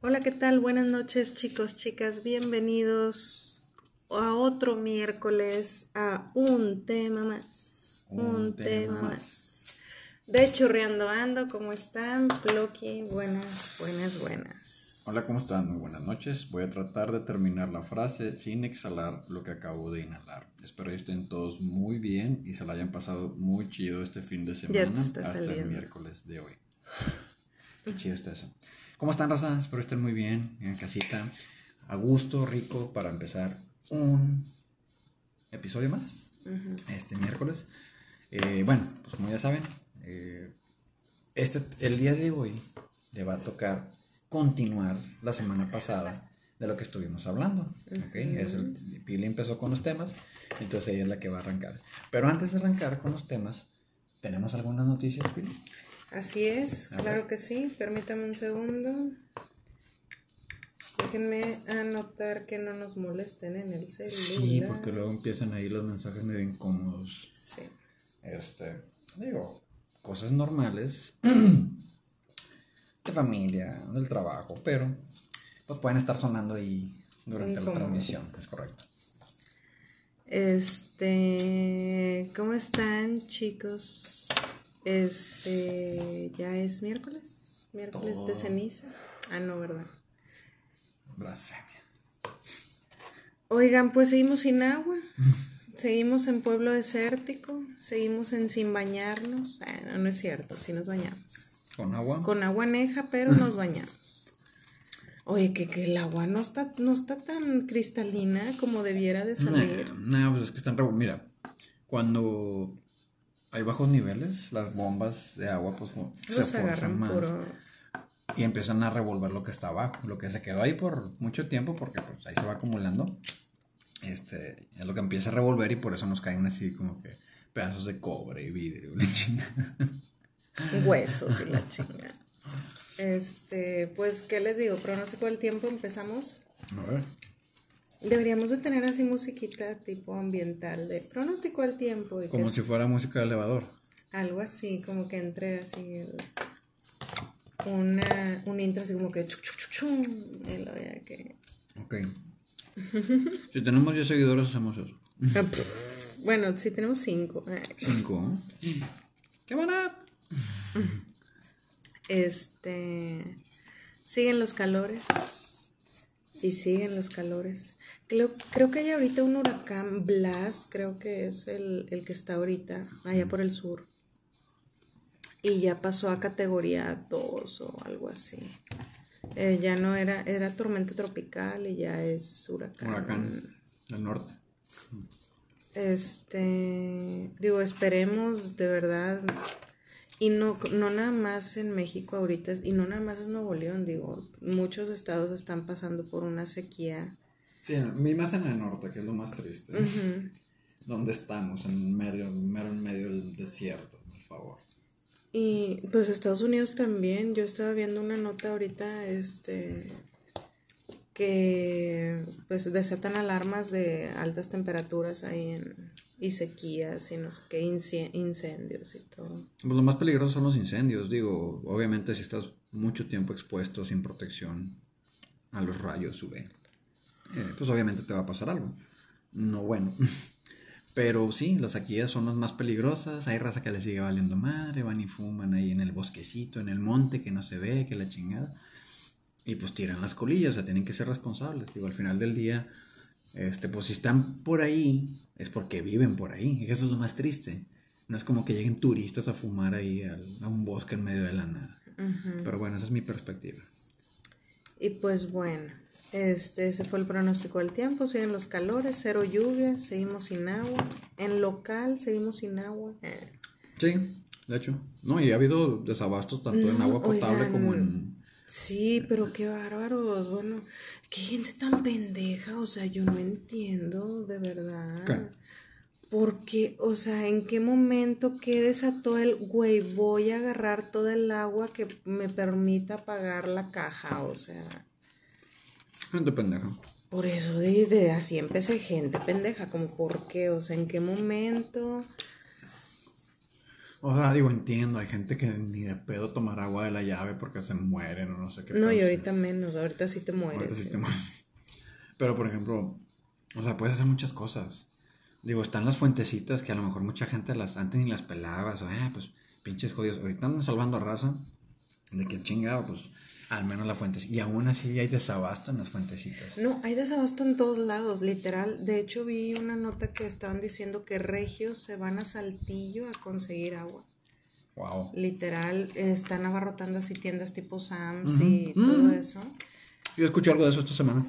Hola, ¿qué tal? Buenas noches, chicos, chicas. Bienvenidos a otro miércoles a un tema más. Un tema más. De Churreando Ando, ¿cómo están? Ploqui, buenas. Hola, ¿cómo están? Muy buenas noches. Voy a tratar de terminar la frase sin exhalar lo que acabo de inhalar. Espero que estén todos muy bien y se la hayan pasado muy chido este fin de semana hasta saliendo. el miércoles de hoy. Qué chido está eso. ¿Cómo están, raza? Espero estén muy bien en casita, a gusto, rico, para empezar un episodio más este miércoles. Bueno, pues como ya saben, el día de hoy le va a tocar continuar la semana pasada de lo que estuvimos hablando. ¿Okay? Pili empezó con los temas, entonces ella es la que va a arrancar. Pero antes de arrancar con los temas, ¿tenemos algunas noticias, Pili? Así es, claro que sí. Permítame un segundo. Déjenme anotar que no nos molesten en el celular. Sí, porque luego empiezan ahí los mensajes medio incómodos. Sí. Digo, cosas normales de familia, del trabajo, pero pues pueden estar sonando ahí durante la transmisión, es correcto. ¿Cómo están, chicos? Ya es miércoles de ceniza. Ah, no, ¿verdad? Blasfemia. Oigan, pues seguimos sin agua. Seguimos en pueblo desértico. Seguimos sin bañarnos. No es cierto, sí nos bañamos. ¿Con agua? Con agua aneja, pero nos bañamos. Oye, que el agua no está tan cristalina como debiera de salir. No, pues es que están... Mira, cuando hay bajos niveles, las bombas de agua pues se forzan más. Y empiezan a revolver lo que está abajo, lo que se quedó ahí por mucho tiempo, porque pues ahí se va acumulando. Es lo que empieza a revolver y por eso nos caen así como que pedazos de cobre y vidrio, la chingada. Huesos y la chingada. Pues, ¿qué les digo? Pronóstico del tiempo, empezamos. A ver. Deberíamos de tener así musiquita tipo ambiental de pronóstico del tiempo. Y como si fuera música de elevador. Algo así, como que entre así un intro así como que y lo ya que... Ok. Si tenemos 10 seguidores hacemos eso. Bueno, si tenemos 5. 5. ¿Qué van a...? Siguen los calores. Y siguen los calores. Creo que hay ahorita un huracán Blas, creo que es el que está ahorita, allá por el sur. Y ya pasó a categoría 2 o algo así. Ya no era tormenta tropical y ya es huracán. Huracán del norte. Digo, esperemos de verdad. Y no nada más en México ahorita, y no nada más es Nuevo León, digo, muchos estados están pasando por una sequía. Sí, más en el norte, que es lo más triste. Donde estamos, en medio del desierto, por favor. Y pues Estados Unidos también, yo estaba viendo una nota ahorita, que pues desatan alarmas de altas temperaturas ahí y sequías y no sé qué, incendios y todo. Pues lo más peligroso son los incendios, digo, obviamente si estás mucho tiempo expuesto sin protección a los rayos UV, pues obviamente te va a pasar algo, no bueno, pero sí, las sequías son las más peligrosas, hay raza que le sigue valiendo madre, van y fuman ahí en el bosquecito, en el monte que no se ve, que la chingada, y pues tiran las colillas, o sea, tienen que ser responsables, digo, al final del día, pues si están por ahí, es porque viven por ahí, y eso es lo más triste. No es como que lleguen turistas a fumar ahí a un bosque en medio de la nada. Pero bueno, esa es mi perspectiva. Y pues bueno, ese fue el pronóstico del tiempo. Siguen los calores, cero lluvia, seguimos sin agua. En local seguimos sin agua. Sí, de hecho. No, y ha habido desabastos tanto en agua potable como en... Sí, pero qué bárbaros. Bueno, qué gente tan pendeja. O sea, yo no entiendo, de verdad. ¿Qué? Porque, o sea, ¿en qué momento qué desató el güey? Voy a agarrar todo el agua que me permita pagar la caja, o sea. Gente pendeja. Por eso de así empecé, gente pendeja, como por qué, o sea, ¿en qué momento? O sea, digo, entiendo, hay gente que ni de pedo tomar agua de la llave porque se mueren o no sé qué No, y pasa. ahorita menos, ahorita sí te Ahorita mueres. sí Sí. te mueres. Pero, por ejemplo, o sea, puedes hacer muchas cosas. Digo, están las fuentecitas que a lo mejor mucha gente las antes ni las pelabas. O, pues, pinches jodidos. Ahorita andan salvando a raza de que chingado, pues, al menos la fuente. Y aún así hay desabasto en las fuentecitas. No, hay desabasto en todos lados, literal. De hecho, vi una nota que estaban diciendo que regios se van a Saltillo a conseguir agua. Wow. Literal, están abarrotando así tiendas tipo Sam's y todo eso. Yo escuché algo de eso esta semana.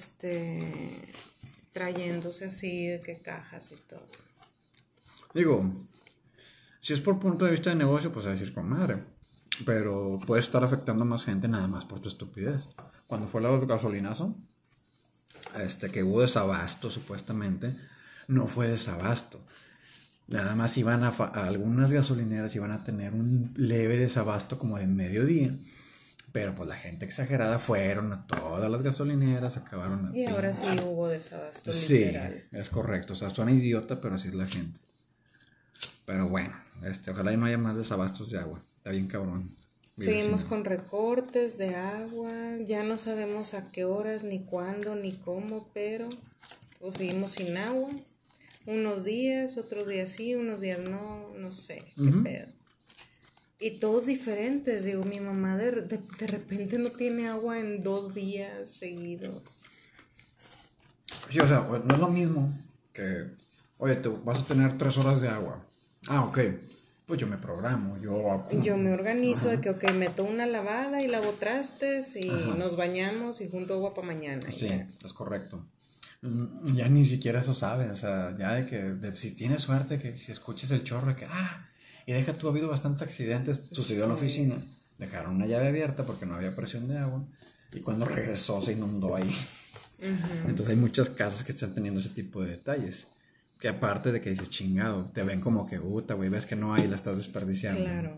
Trayéndose así de que cajas y todo. Digo, si es por punto de vista de negocio, pues a decir con madre. Pero puede estar afectando a más gente nada más por tu estupidez. Cuando fue el gasolinazo, que hubo desabasto supuestamente, no fue desabasto. Nada más iban a algunas gasolineras iban a tener un leve desabasto como de mediodía. Pero pues la gente exagerada fueron a todas las gasolineras, acabaron a... Y ahora sí hubo desabasto, Sí, literal. es correcto. O sea, suena idiota, pero así es la gente. Pero bueno, ojalá y no haya más desabastos de agua. Está bien cabrón. Seguimos con recortes de agua, ya no sabemos a qué horas, ni cuándo, ni cómo, pero pues seguimos sin agua. Unos días, otros días sí, unos días no, no sé, qué pedo. Y todos diferentes, digo, mi mamá de repente no tiene agua en 2 días seguidos. Sí, o sea, no es lo mismo que, oye, te vas a tener 3 horas de agua. Ah, ok. Pues yo me programo, Yo me organizo de que, ok, meto una lavada y lavo trastes y nos bañamos y junto agua para mañana. Sí, Ya. es correcto. Ya ni siquiera eso saben, o sea, ya de que si tienes suerte que si escuches el chorro, que, y deja tú, ha habido bastantes accidentes, sucedió en la oficina, dejaron una llave abierta porque no había presión de agua, y cuando regresó se inundó ahí. Entonces hay muchas casas que están teniendo ese tipo de detalles, que aparte de que dices, chingado, te ven como que, güey, ves que no hay, la estás desperdiciando. Claro.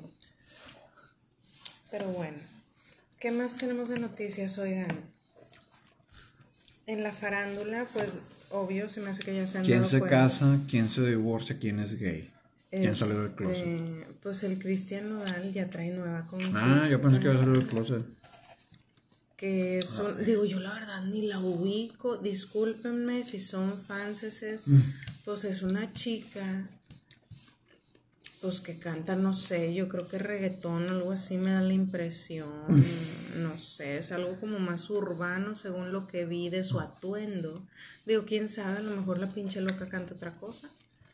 Pero bueno, ¿qué más tenemos de noticias, oigan? En la farándula, pues, obvio, se me hace que ya se han ¿Quién dado se cuenta. casa? ¿Quién se divorcia? ¿Quién es gay? ¿Quién salió del closet? Pues el Cristian Nodal ya trae nueva conquista. Yo pensé que iba a salir del closet. Que es digo, yo la verdad ni la ubico, discúlpenme si son fanses, pues es una chica, pues que canta, no sé, yo creo que reggaetón, algo así me da la impresión, no sé, es algo como más urbano según lo que vi de su atuendo. Digo, quién sabe, a lo mejor la pinche loca canta otra cosa.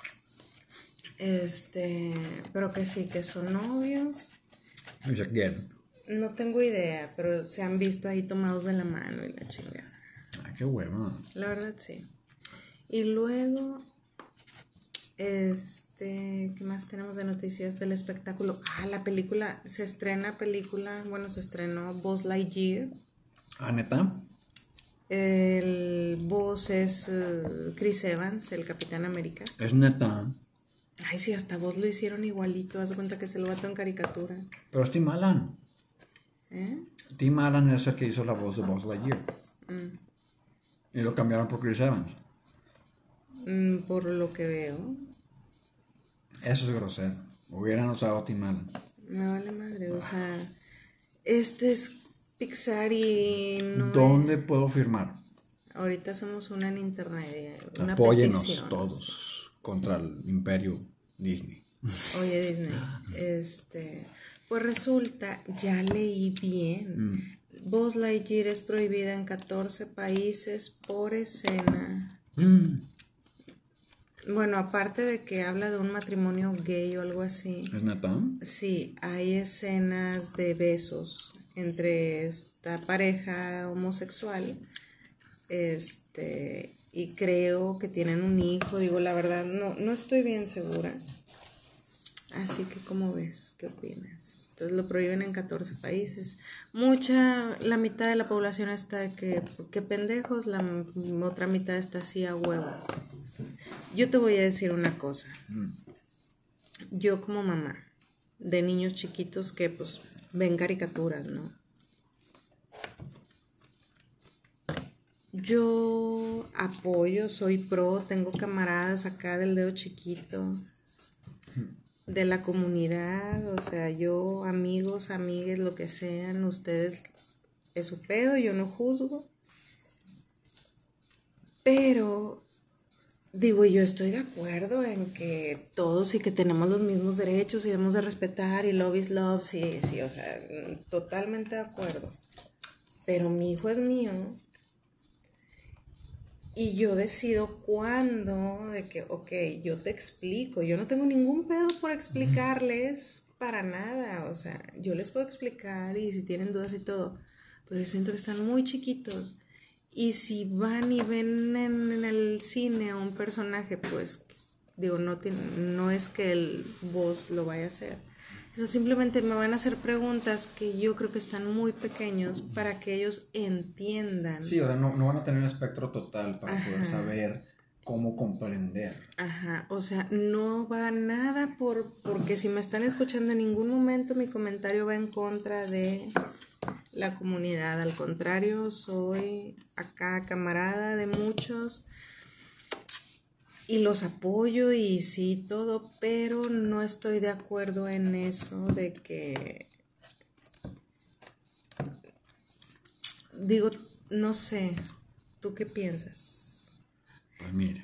Pero que sí, que son novios. No tengo idea, pero se han visto ahí tomados de la mano y la chingada. Qué hueva. La verdad, sí. Y luego, ¿qué más tenemos de noticias del espectáculo? La película, se estrenó Buzz Lightyear. ¿Neta? El Buzz es Chris Evans, el Capitán América. Es neta. Ay, sí, hasta Buzz lo hicieron igualito, haz de cuenta que se lo vato en caricatura. Pero es Tim Allen. Tim Allen es el que hizo la voz de Buzz Lightyear. Y lo cambiaron por Chris Evans. Por lo que veo. Eso es grosero. Hubieran usado a Tim Allen. Me vale madre, o sea, es Pixar y no. ¿Dónde puedo firmar? Ahorita somos una en internet, una Apóyenos petición, todos contra el imperio Disney. Oye, Disney, pues resulta, ya leí bien, Buzz Lightyear es prohibida en 14 países por escena. Bueno, aparte de que habla de un matrimonio gay o algo así. ¿Es neta? Sí, hay escenas de besos entre esta pareja homosexual. Y creo que tienen un hijo, digo la verdad, no estoy bien segura. Así que, ¿cómo ves? ¿Qué opinas? Entonces lo prohíben en 14 países. La mitad de la población está de que pendejos, la otra mitad está así a huevo. Yo te voy a decir una cosa. Yo como mamá de niños chiquitos que pues ven caricaturas, ¿no? Yo apoyo, soy pro, tengo camaradas acá del dedo chiquito. de la comunidad, o sea, yo, amigos, amigues, lo que sean, ustedes es su pedo, yo no juzgo, pero digo, yo estoy de acuerdo en que todos y que tenemos los mismos derechos y debemos de respetar y love is love, sí, sí, o sea, totalmente de acuerdo, pero mi hijo es mío. Y yo decido cuándo, de que, ok, yo te explico, yo no tengo ningún pedo por explicarles para nada, o sea, yo les puedo explicar y si tienen dudas y todo, pero yo siento que están muy chiquitos y si van y ven en el cine a un personaje, pues, digo, no es que el voz lo vaya a hacer, pero simplemente me van a hacer preguntas que yo creo que están muy pequeños para que ellos entiendan. Sí, o sea, no van a tener el espectro total para poder Ajá. saber cómo comprender. Ajá, o sea, no va nada porque si me están escuchando en ningún momento mi comentario va en contra de la comunidad, al contrario, soy acá camarada de muchos y los apoyo y sí todo, pero no estoy de acuerdo en eso de que, digo, no sé, ¿tú qué piensas? Pues mira,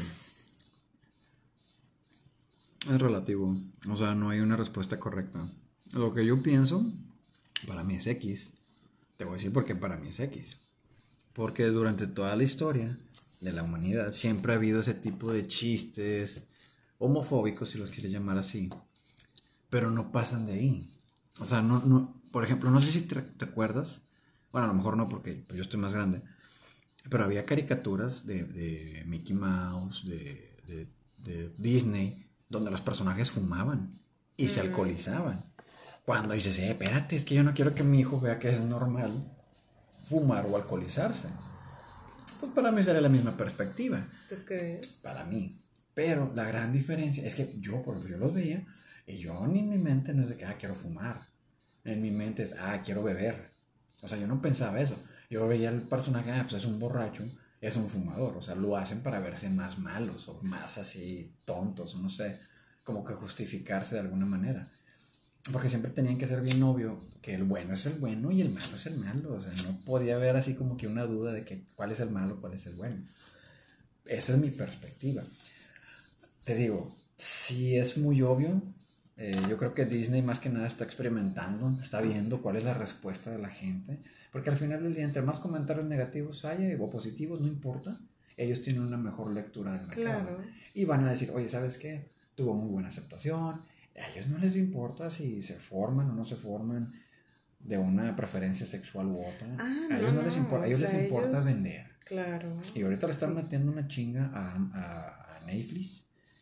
es relativo. O sea, no hay una respuesta correcta. Lo que yo pienso, para mí es X. Te voy a decir por qué para mí es X. Porque durante toda la historia de la humanidad siempre ha habido ese tipo de chistes homofóbicos, si los quieres llamar así, pero no pasan de ahí. O sea, por ejemplo, no sé si te acuerdas, bueno, a lo mejor no porque pues, yo estoy más grande, pero había caricaturas de Mickey Mouse, de Disney, donde los personajes fumaban y se alcoholizaban. Cuando dices, espérate, es que yo no quiero que mi hijo vea que es normal fumar o alcoholizarse. Pues para mí sería la misma perspectiva. ¿Tú crees? Para mí. Pero la gran diferencia es que yo, por ejemplo, yo los veía y yo ni en mi mente no es de que, quiero fumar. En mi mente es, quiero beber. O sea, yo no pensaba eso. Yo veía el personaje, pues es un borracho, es un fumador. O sea, lo hacen para verse más malos o más así tontos, no sé, como que justificarse de alguna manera. Porque siempre tenían que ser bien obvio que el bueno es el bueno y el malo es el malo. O sea, no podía haber así como que una duda de que cuál es el malo, cuál es el bueno. Esa es mi perspectiva. Te digo, sí es muy obvio. Yo creo que Disney más que nada está experimentando, está viendo cuál es la respuesta de la gente. Porque al final del día, entre más comentarios negativos haya o positivos, no importa, ellos tienen una mejor lectura del mercado. Claro. Y van a decir, oye, ¿sabes qué? Tuvo muy buena aceptación. A ellos no les importa si se forman o no se forman de una preferencia sexual u otra. A ellos no les importa, a ellos les importa vender. Claro. Y ahorita le están metiendo una chinga a Netflix.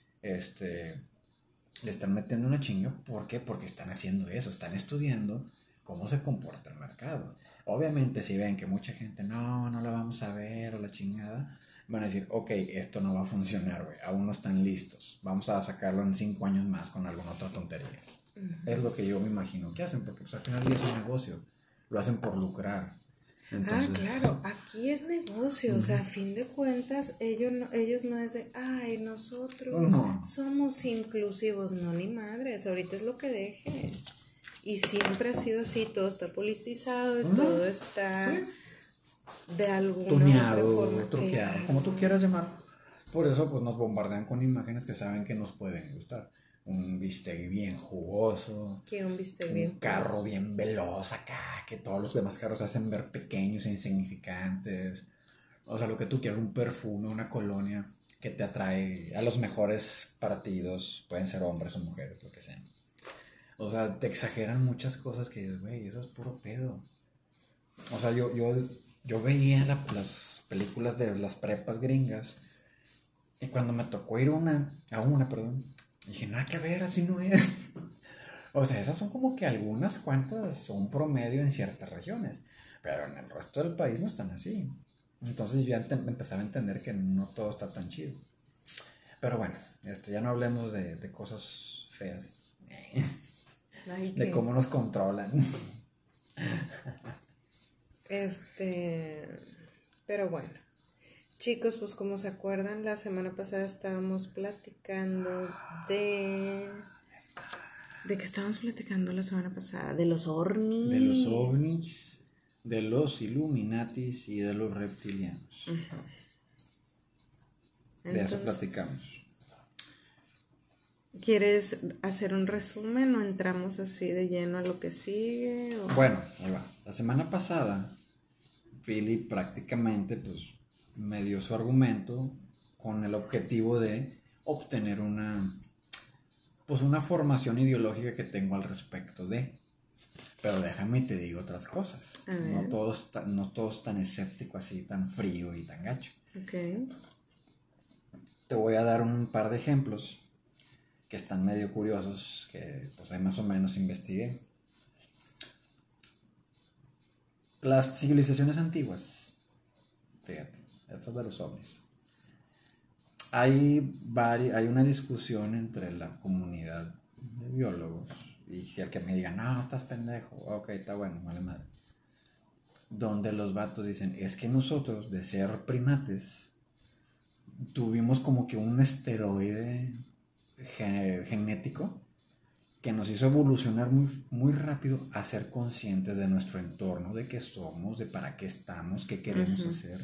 Le están metiendo una chinga. ¿Por qué? Porque están haciendo eso, están estudiando cómo se comporta el mercado. Obviamente si ven que mucha gente no la vamos a ver o la chingada, van a decir, ok, esto no va a funcionar, güey, aún no están listos, vamos a sacarlo en 5 años más con alguna otra tontería. Es lo que yo me imagino que hacen, porque pues, al final del día es un negocio, lo hacen por lucrar. Entonces, claro, aquí es negocio, o sea, a fin de cuentas, ellos no es de, ay, nosotros somos inclusivos, no, ni madres, ahorita es lo que deje. Y siempre ha sido así, todo está politizado y todo está de alguna tuneado, forma truqueado, como tú quieras llamarlo. Por eso pues nos bombardean con imágenes que saben que nos pueden gustar. Un bistec bien jugoso. Quiero un bistec bien jugoso. Un carro bien veloz acá, que todos los demás carros hacen ver pequeños e insignificantes. O sea, lo que tú quieras, un perfume, una colonia que te atrae a los mejores partidos, pueden ser hombres o mujeres, lo que sea. O sea, te exageran muchas cosas que dices, güey, eso es puro pedo. O sea, yo veía las películas de las prepas gringas y cuando me tocó ir a una, dije, nada que ver, así no es. O sea, esas son como que algunas cuantas son promedio en ciertas regiones, pero en el resto del país no están así. Entonces yo ya empezaba a entender que no todo está tan chido. Pero bueno, ya no hablemos de cosas feas. De cómo nos controlan. Pero bueno, chicos, pues como se acuerdan, la semana pasada estábamos platicando de ¿De qué estábamos platicando la semana pasada? De los ovnis. De los ovnis, de los Illuminatis y de los reptilianos. De eso platicamos. ¿Quieres hacer un resumen o entramos así de lleno a lo que sigue? ¿O? Bueno, ahí va. La semana pasada, Philly prácticamente pues, me dio su argumento con el objetivo de obtener una formación ideológica que tengo al respecto de. Pero déjame y te digo otras cosas. No todo es tan escéptico así, tan frío y tan gacho. Okay. Te voy a dar un par de ejemplos que están medio curiosos, que pues ahí más o menos investigué. Las civilizaciones antiguas, fíjate, estas de los ovnis. Hay una discusión entre la comunidad de biólogos, y si el que me diga, no, estás pendejo, ok, está bueno, vale madre. Donde los vatos dicen, es que nosotros, de ser primates, tuvimos como que un esteroide genético que nos hizo evolucionar muy, muy rápido a ser conscientes de nuestro entorno, de qué somos, de para qué estamos, qué queremos hacer.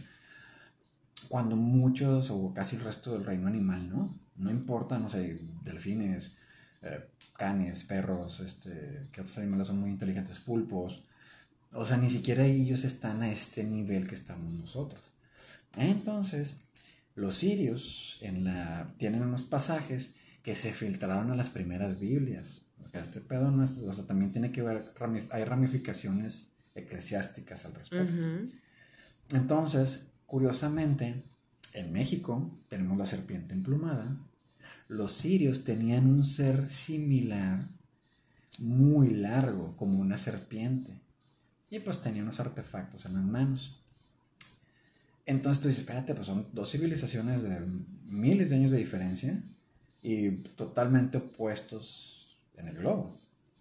Cuando muchos o casi el resto del reino animal, no importa, no sé, delfines, canes, perros, que otros animales son muy inteligentes, pulpos, o sea, ni siquiera ellos están a este nivel que estamos nosotros. Entonces, los sirios tienen unos pasajes que se filtraron a las primeras Biblias. Este pedo no es, o sea, también tiene que ver, hay ramificaciones eclesiásticas al respecto. Entonces, curiosamente, en México tenemos la serpiente emplumada. Los sirios tenían un ser similar, muy largo, como una serpiente. Y pues tenían unos artefactos en las manos. Entonces tú dices, espérate, pues son dos civilizaciones de miles de años de diferencia y totalmente opuestos en el globo.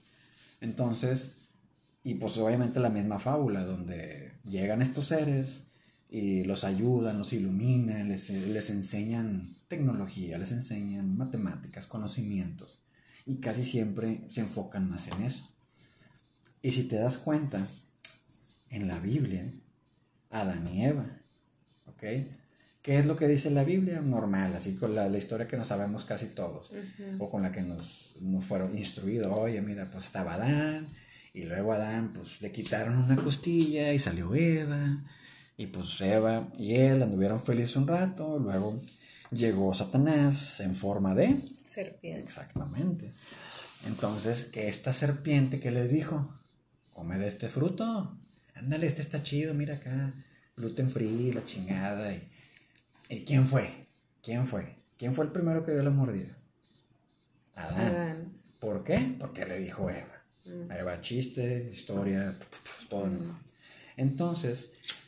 Entonces, y pues obviamente la misma fábula, donde llegan estos seres y los ayudan, los iluminan, les enseñan tecnología, les enseñan matemáticas, conocimientos, y casi siempre se enfocan más en eso. Y si te das cuenta, en la Biblia, Adán y Eva, ¿ok? ¿Qué es lo que dice la Biblia? Normal, así con la historia que nos sabemos casi todos, o con la que nos fueron instruidos. Oye, mira, pues estaba Adán, y luego a Adán pues le quitaron una costilla y salió Eva, y pues Eva y él anduvieron felices un rato, luego llegó Satanás en forma de serpiente. Exactamente. Entonces, que esta serpiente, ¿qué les dijo? Come de este fruto, ándale, este está chido, mira acá, gluten free, la chingada. ¿Y quién fue? ¿Quién fue el primero que dio la mordida? Adán. ¿Por qué? Porque le dijo Eva. Eva, chiste, historia, todo. Entonces,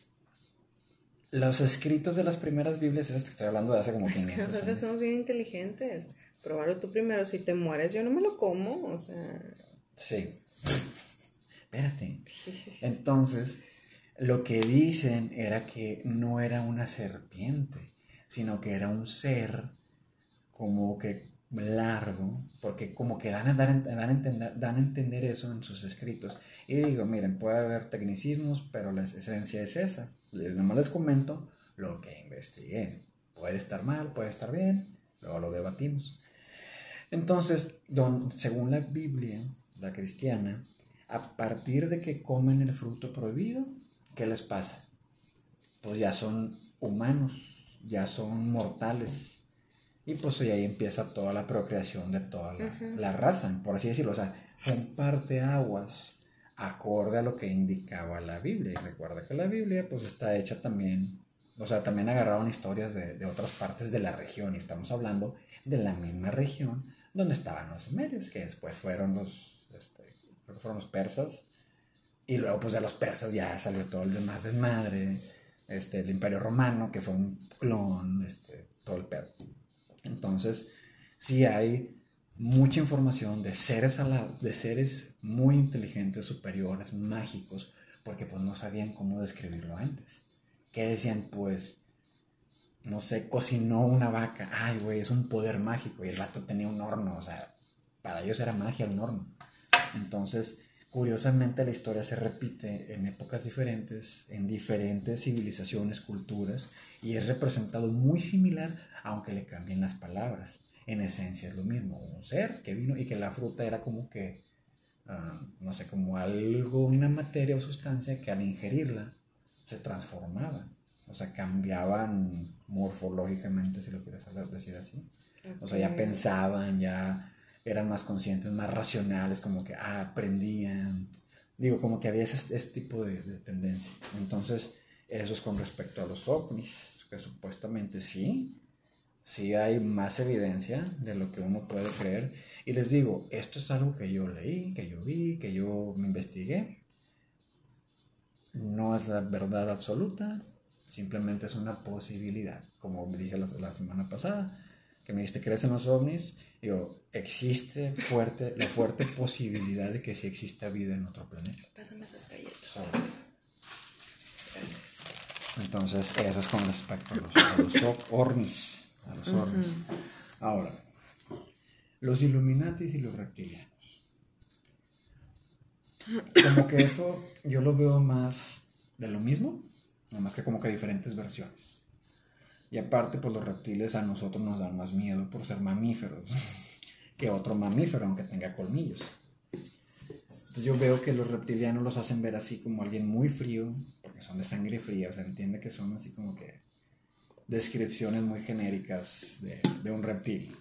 los escritos de las primeras Biblias, es que estoy hablando de hace como 500 años. Es que nosotros somos bien inteligentes. Pruébalo tú primero, si te mueres yo no me lo como, o sea... Sí. Espérate. Entonces, lo que dicen era que no era una serpiente, sino que era un ser como que largo, porque como que dan a entender eso en sus escritos. Y digo, miren, puede haber tecnicismos, pero la esencia es esa. Nada más les comento lo que investigué. Puede estar mal, puede estar bien, luego lo debatimos. Entonces, según la Biblia, la cristiana, a partir de que comen el fruto prohibido, ¿qué les pasa? Pues ya son humanos, ya son mortales. Y pues ahí empieza toda la procreación de toda la raza, por así decirlo. O sea, son parteaguas acorde a lo que indicaba la Biblia. Y recuerda que la Biblia pues está hecha también, o sea, también agarraron historias de otras partes de la región. Y estamos hablando de la misma región donde estaban los sumerios, que después fueron creo que fueron los persas. Y luego pues de los persas ya salió todo el demás desmadre, el Imperio Romano, que fue un clon, todo el pedo. Entonces, sí hay mucha información de seres muy inteligentes, superiores, mágicos, porque pues no sabían cómo describirlo antes. ¿Qué decían? Pues, no sé, cocinó una vaca. Ay, güey, es un poder mágico. Y el vato tenía un horno, o sea, para ellos era magia, un horno. Entonces, curiosamente la historia se repite en épocas diferentes, en diferentes civilizaciones, culturas, y es representado muy similar, aunque le cambien las palabras. En esencia es lo mismo, un ser que vino y que la fruta era como que, no sé, como algo, una materia o sustancia que al ingerirla se transformaba. O sea, cambiaban morfológicamente, si lo quieres decir así. Okay. O sea, ya pensaban, ya eran más conscientes, más racionales, como que aprendían. Digo, como que había ese tipo de tendencia. Entonces, eso es con respecto a los ovnis, que supuestamente sí hay más evidencia de lo que uno puede creer. Y les digo, esto es algo que yo leí, que yo vi, que yo me investigué. No es la verdad absoluta, simplemente es una posibilidad. Como me dije la semana pasada, que me dijiste, ¿crees en los ovnis? Digo, existe la fuerte posibilidad de que sí exista vida en otro planeta. Pásame esas galletas. Gracias. Entonces, eso es con respecto a los ovnis. A los ovnis. Ahora, los Illuminatis y los reptilianos. Como que eso yo lo veo más de lo mismo, nada más que como que diferentes versiones. Y aparte, pues los reptiles a nosotros nos dan más miedo por ser mamíferos que otro mamífero, aunque tenga colmillos. Entonces yo veo que los reptilianos los hacen ver así como alguien muy frío, porque son de sangre fría, o sea, entiende que son así como que descripciones muy genéricas de un reptil.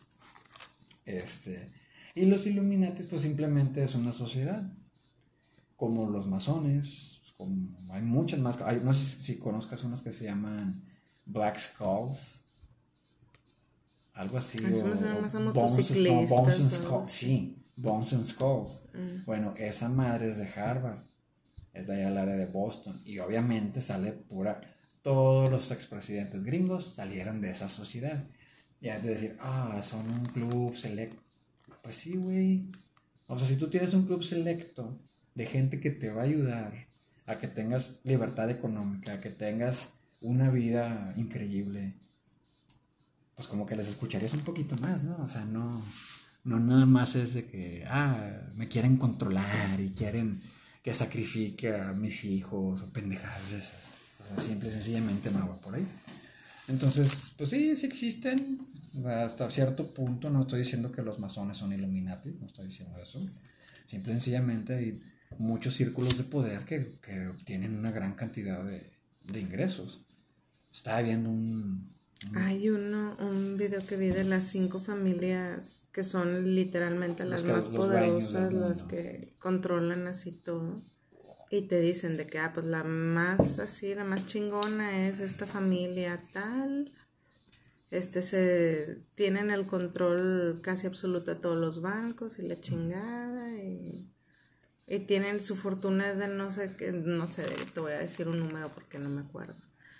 Y los Illuminatis pues simplemente es una sociedad, como los masones, como hay muchas más, no sé si conozcas unas que se llaman Black Skulls, algo así, eso me suena más a motociclistas. Sí, Bones and Skulls. Bueno, esa madre es de Harvard, es de allá al área de Boston, y obviamente sale pura, todos los expresidentes gringos salieron de esa sociedad. Y es de decir, son un club selecto. Pues sí, güey. O sea, si tú tienes un club selecto de gente que te va a ayudar a que tengas libertad económica, a que tengas una vida increíble, pues como que les escucharías un poquito más, ¿no? O sea, no nada más es de que, me quieren controlar y quieren que sacrifique a mis hijos o pendejadas de esas. O sea, simple y sencillamente no va por ahí. Entonces, pues sí existen, hasta cierto punto. No estoy diciendo que los masones son Illuminati, no estoy diciendo eso. Simple y sencillamente hay muchos círculos de poder que obtienen una gran cantidad de ingresos. Estaba viendo hay un video que vi de las 5 familias que son literalmente las más poderosas, las que controlan así todo. Y te dicen de que, pues la más chingona es esta familia tal. Tienen el control casi absoluto de todos los bancos y la chingada. Y tienen su fortuna es de no sé, te voy a decir un número porque no me acuerdo.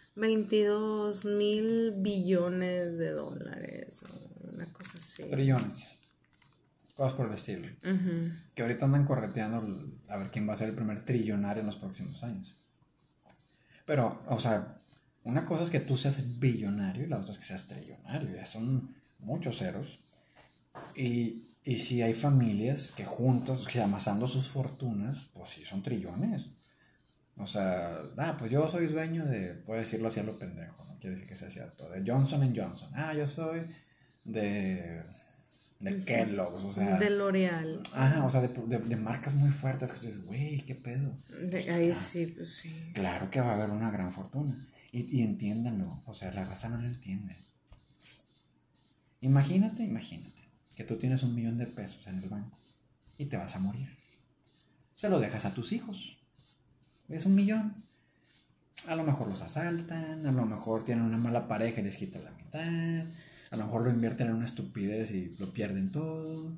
22,000 billones de dólares, una cosa así. Trillones. Cosas por el estilo. Que ahorita andan correteando a ver quién va a ser el primer trillonario en los próximos años. Pero, o sea, una cosa es que tú seas billonario y la otra es que seas trillonario. Ya son muchos ceros. Y si hay familias que juntas, que amasando sus fortunas, pues sí son trillones. O sea, pues yo soy dueño de, puedo decirlo así a lo pendejo, no quiere decir que sea cierto, de Johnson & Johnson. Yo soy de Kellogg's, o sea. De L'Oreal. O sea, de marcas muy fuertes que tú dices, güey, ¿qué pedo? Ahí sí, pues sí. Claro que va a haber una gran fortuna. Y entiéndanlo, o sea, la raza no lo entiende. Imagínate que tú tienes $1 millón en el banco y te vas a morir. Se lo dejas a tus hijos. Es $1 millón. A lo mejor los asaltan, a lo mejor tienen una mala pareja y les quita la mitad, a lo mejor lo invierten en una estupidez y lo pierden todo.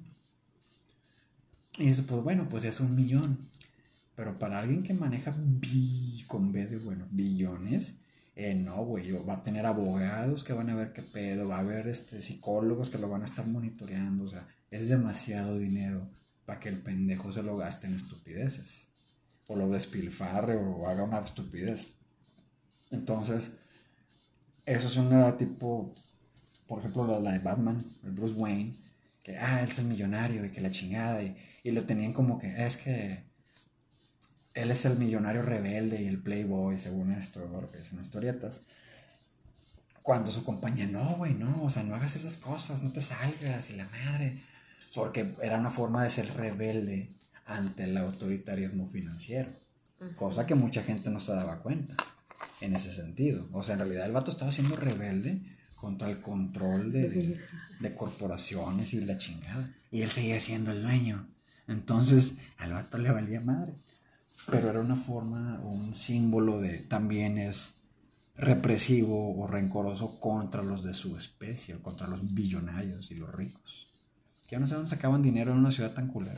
Y dices, pues bueno, pues es $1 millón. Pero para alguien que maneja con B de billones, no, güey, va a tener abogados que van a ver qué pedo, va a haber psicólogos que lo van a estar monitoreando. O sea, es demasiado dinero para que el pendejo se lo gaste en estupideces, o lo despilfarre, o haga una estupidez. Entonces, eso es una tipo, por ejemplo, la de Batman, el Bruce Wayne, que él es el millonario y que la chingada, y lo tenían como que, es que él es el millonario rebelde y el playboy, según esto, lo que dicen historietas. Cuando su compañía, no, güey, no, o sea, no hagas esas cosas, no te salgas, y la madre. Porque era una forma de ser rebelde ante el autoritarismo financiero. Cosa que mucha gente no se daba cuenta en ese sentido. O sea, en realidad el vato estaba siendo rebelde contra el control de corporaciones y la chingada. Y él seguía siendo el dueño. Entonces, al vato le valía madre. Pero era una forma, un símbolo de también es represivo o rencoroso contra los de su especie, o contra los billonarios y los ricos. Que yo no sé dónde sacaban dinero en una ciudad tan culera.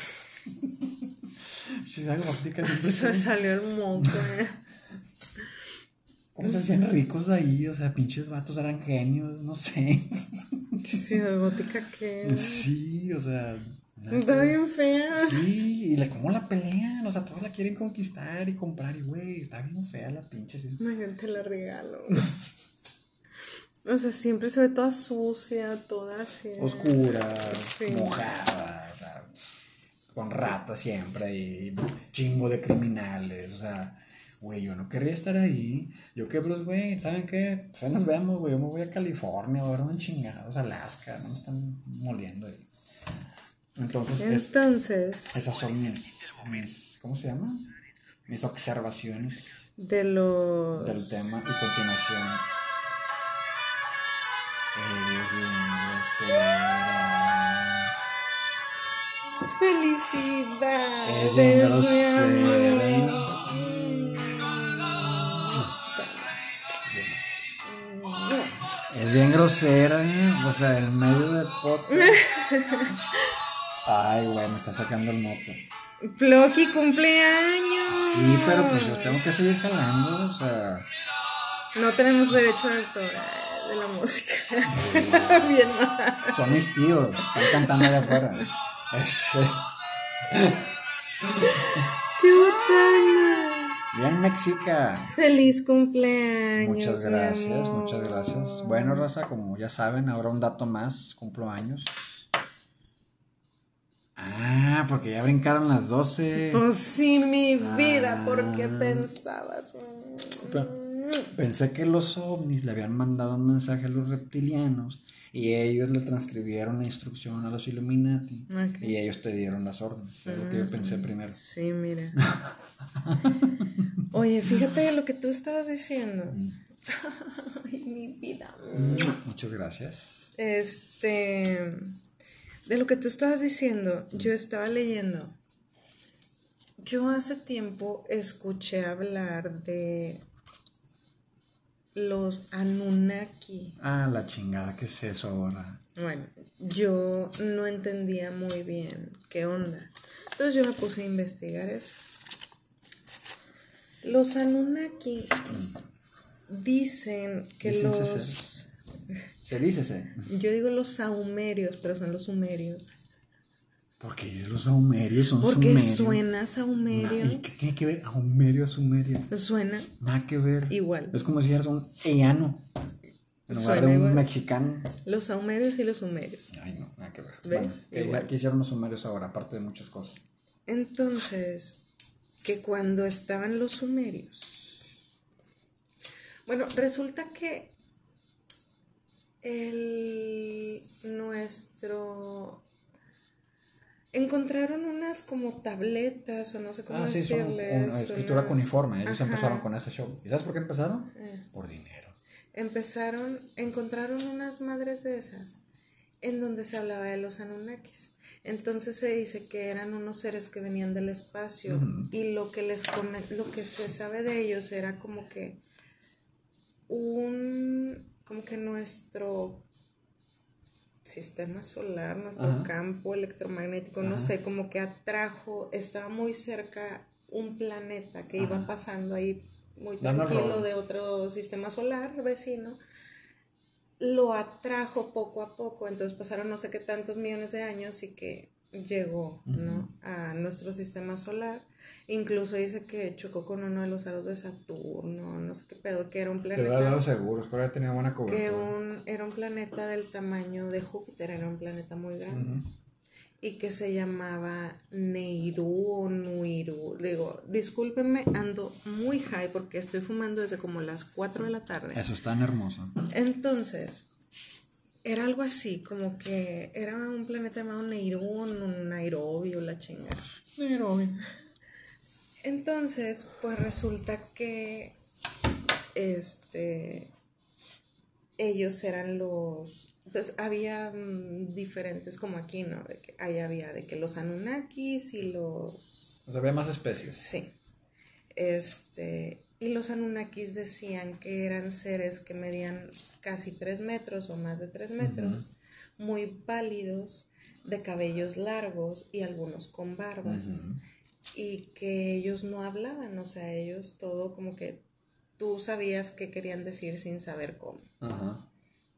Ciudad gótica siempre salió el moco, ¿Cómo se hacían ricos ahí? O sea, pinches vatos eran genios, no sé. Ciudad gótica que... Sí, o sea... Está bien fea. Sí, y cómo la pelean, o sea, todos la quieren conquistar y comprar, y güey, está bien fea la pinche. ¿Sí? La gente la regalo. O sea, siempre se ve toda sucia, toda así. Oscura, sí. Mojada, o sea, con ratas siempre y chingo de criminales, o sea, güey, yo no querría estar ahí. Yo que Bruce Wayne, ¿saben qué? Pues ahí nos vemos, güey, yo me voy a California, ahora un chingados, Alaska, no me están moliendo ahí. Entonces esas son mis, ¿cómo se llama? Mis observaciones del tema, y continuación. Felicidades. Es bien grosera. Es bien grosera, o sea, en medio del podcast. Ay, güey, me está sacando el moco. Floki, cumpleaños. Sí, pero pues yo tengo que seguir jalando, o sea. No tenemos derecho de autor de la música. Bien mal. Son mis tíos, están cantando de afuera. ¡Qué botana! Bien mexica. ¡Feliz cumpleaños! Muchas gracias, muchas gracias. Bueno, raza, como ya saben, ahora un dato más, cumplo años. Ah, porque ya brincaron las 12. Pues sí, mi vida, ¿por qué pensabas? Pensé que los ovnis le habían mandado un mensaje a los reptilianos y ellos le transcribieron la instrucción a los Illuminati. Okay. Y ellos te dieron las órdenes. Es lo que yo pensé primero. Sí, mira. Oye, fíjate lo que tú estabas diciendo. Ay, mi vida. Muchas gracias. De lo que tú estabas diciendo, yo estaba leyendo. Yo hace tiempo escuché hablar de los Anunnaki. Ah, la chingada, ¿qué es eso ahora? Bueno, yo no entendía muy bien qué onda. Entonces yo me puse a investigar eso. Los Anunnaki dicen que Se dice. Yo digo los saumerios, pero son los sumerios. ¿Por qué los saumerios son porque sumerios? Porque suena saumerio. ¿Y qué tiene que ver saumerio a sumerio? Suena. Nada que ver. Igual. Es como si eras un eyano. En lugar de un igual. Mexicano. Los saumerios y los sumerios. Ay, no, nada que ver. ¿Ves? Bueno, ¿qué hicieron los sumerios ahora, aparte de muchas cosas? Entonces, que cuando estaban los sumerios. Bueno, resulta que encontraron unas como tabletas o no sé cómo decirles. Una escritura cuneiforme. Ellos empezaron con ese show. ¿Y sabes por qué empezaron? Por dinero. Encontraron unas madres de esas en donde se hablaba de los Anunnakis. Entonces se dice que eran unos seres que venían del espacio y lo que se sabe de ellos era como que nuestro sistema solar, nuestro campo electromagnético, no sé, como que estaba muy cerca un planeta que iba pasando ahí muy tranquilo de otro sistema solar vecino, lo atrajo poco a poco, entonces pasaron no sé qué tantos millones de años y que llegó, ¿no? A nuestro sistema solar. Incluso dice que chocó con uno de los aros de Saturno, no sé qué pedo, que era un Pero era planeta. lado seguro, espero que tenía buena Que cobertura. era un planeta del tamaño de Júpiter, era un planeta muy grande. Y que se llamaba Neiru o Nuiru. Digo, discúlpenme, ando muy high porque estoy fumando desde como las 4 de la tarde. Eso es tan hermoso. Entonces, era algo así, como que era un planeta llamado Neiru o Nairobi o la chingada. Nairobi. Entonces, pues resulta que ellos eran los, pues había diferentes como aquí, ¿no? De que ahí había de que los Anunnakis y los, O sea, había más especies. sí, y los Anunnakis decían que eran seres que medían casi 3 metros o más de 3 metros, muy pálidos, de cabellos largos y algunos con barbas, y que ellos no hablaban, o sea, ellos todo como que tú sabías qué querían decir sin saber cómo. Ajá.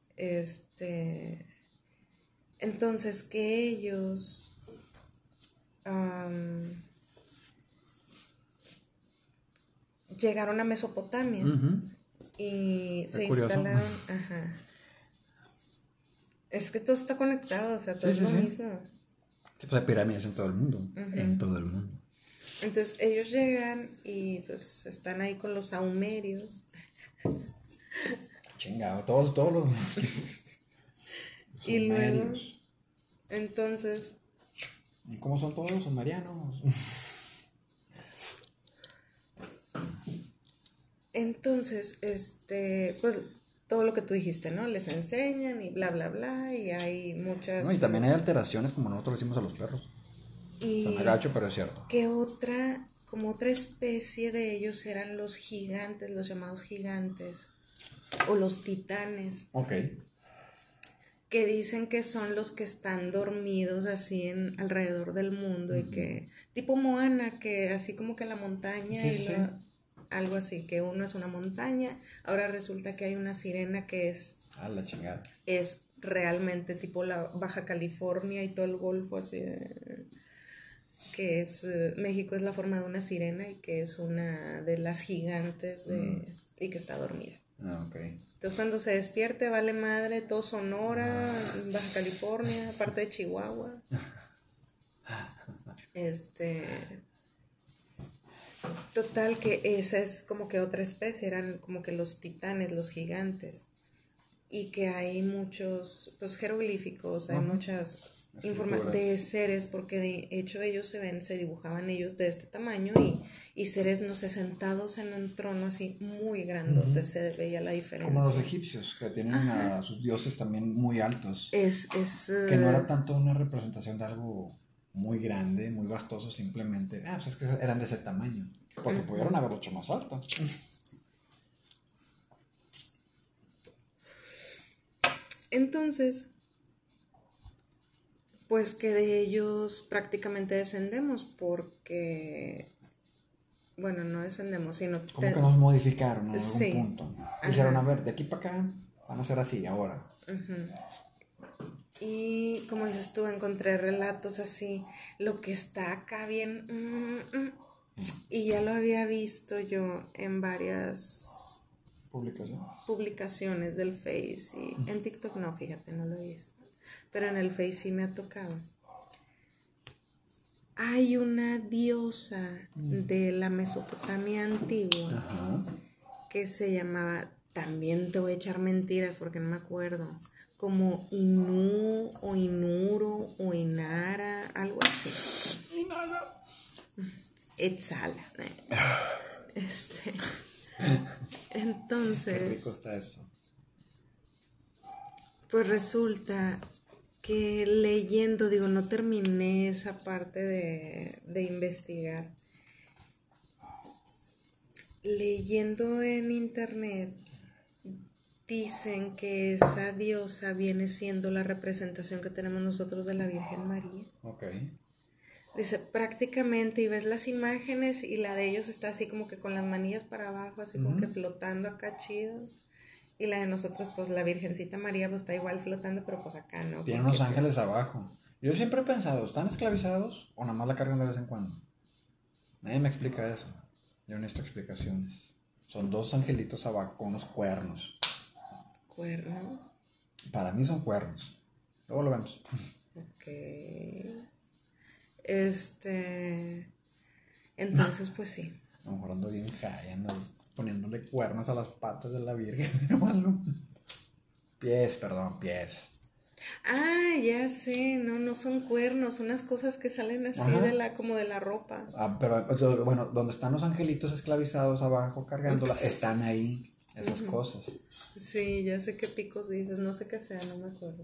Entonces que ellos llegaron a Mesopotamia y Qué se curioso. instalaron, ajá. Es que todo está conectado, o sea, todo Sí, es lo sí. mismo. Sí, pues hay pirámides en todo el mundo. En todo el mundo. Entonces ellos llegan y pues están ahí con los saumerios. Chingado, todos los Y luego, sumerios. entonces, ¿Cómo son todos los sumerianos? pues todo lo que tú dijiste, ¿no? Les enseñan y bla, bla, bla, y hay muchas... No, y también hay alteraciones como nosotros le hicimos a los perros. Y Está gacho, pero es cierto. que como otra especie de ellos eran los gigantes, los llamados gigantes, o los titanes, Ok. que dicen que son los que están dormidos así alrededor del mundo y que, tipo Moana, que así como que la montaña Sí, sí. algo así, que uno es una montaña, ahora resulta que hay una sirena que Ah, la chingada. es realmente tipo la Baja California y todo el Golfo así que es México es la forma de una sirena y que es una de las gigantes y que está dormida. Ah, ok. Entonces cuando se despierte vale madre todo Sonora, Baja California, parte de Chihuahua. Total que esa es como que otra especie, eran como que los titanes, los gigantes. Y que hay muchos, pues jeroglíficos, hay muchas informaciones de seres, porque de hecho ellos se dibujaban ellos de este tamaño y seres, no sé, sentados en un trono así muy grandote, se veía la diferencia. Como los egipcios, que tienen a sus dioses también muy altos. Que no era tanto una representación de algo muy grande, muy vastoso, simplemente, pues es que eran de ese tamaño. Porque pudieron haberlo hecho más alto. Entonces, pues que de ellos prácticamente descendemos porque, bueno, no descendemos, sino... Como que nos modificaron en sí. algún punto. Dijeron, a ver, de aquí para acá van a ser así ahora. Y como dices tú, encontré relatos así, lo que está acá bien... y ya lo había visto yo en varias publicaciones del Face y en TikTok no, fíjate, no lo he visto, pero en el Face sí me ha tocado. Hay una diosa de la Mesopotamia antigua que se llamaba, también te voy a echar mentiras porque no me acuerdo, como Inu o Inuro o Inara, algo así. Inara. Etzala. Entonces, qué rico está esto. pues resulta que leyendo, digo, no terminé esa parte de investigar. Leyendo en internet, dicen que esa diosa viene siendo la representación que tenemos nosotros de la Virgen María. Ok. Dice, prácticamente, y ves las imágenes y la de ellos está así como que con las manillas para abajo, así como que flotando acá chidos. Y la de nosotros, pues la Virgencita María, pues está igual flotando, pero pues acá no. Tiene unos ángeles pues, abajo. Yo siempre he pensado, ¿están esclavizados o nada más la cargan de vez en cuando? Nadie me explica eso. Yo necesito explicaciones. Son dos angelitos abajo con unos cuernos. ¿Cuernos? Para mí son cuernos. Luego lo vemos. Ok. Entonces, pues sí. A lo mejor ando bien high, ando poniéndole cuernos a las patas de la Virgen. Pies. Ah, ya sé, no son cuernos, unas cosas que salen así Ajá. como de la ropa. Pero, o sea, bueno, donde están los angelitos esclavizados abajo cargándola, están ahí esas cosas. Sí, ya sé qué picos dices, no sé qué sea, no me acuerdo.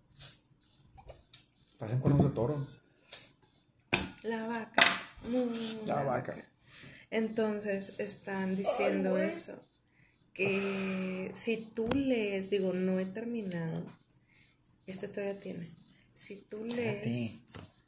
Parecen cuernos de toro. La vaca. La vaca. Entonces están diciendo eso, que si tú lees, digo, no he terminado, todavía tiene, si tú lees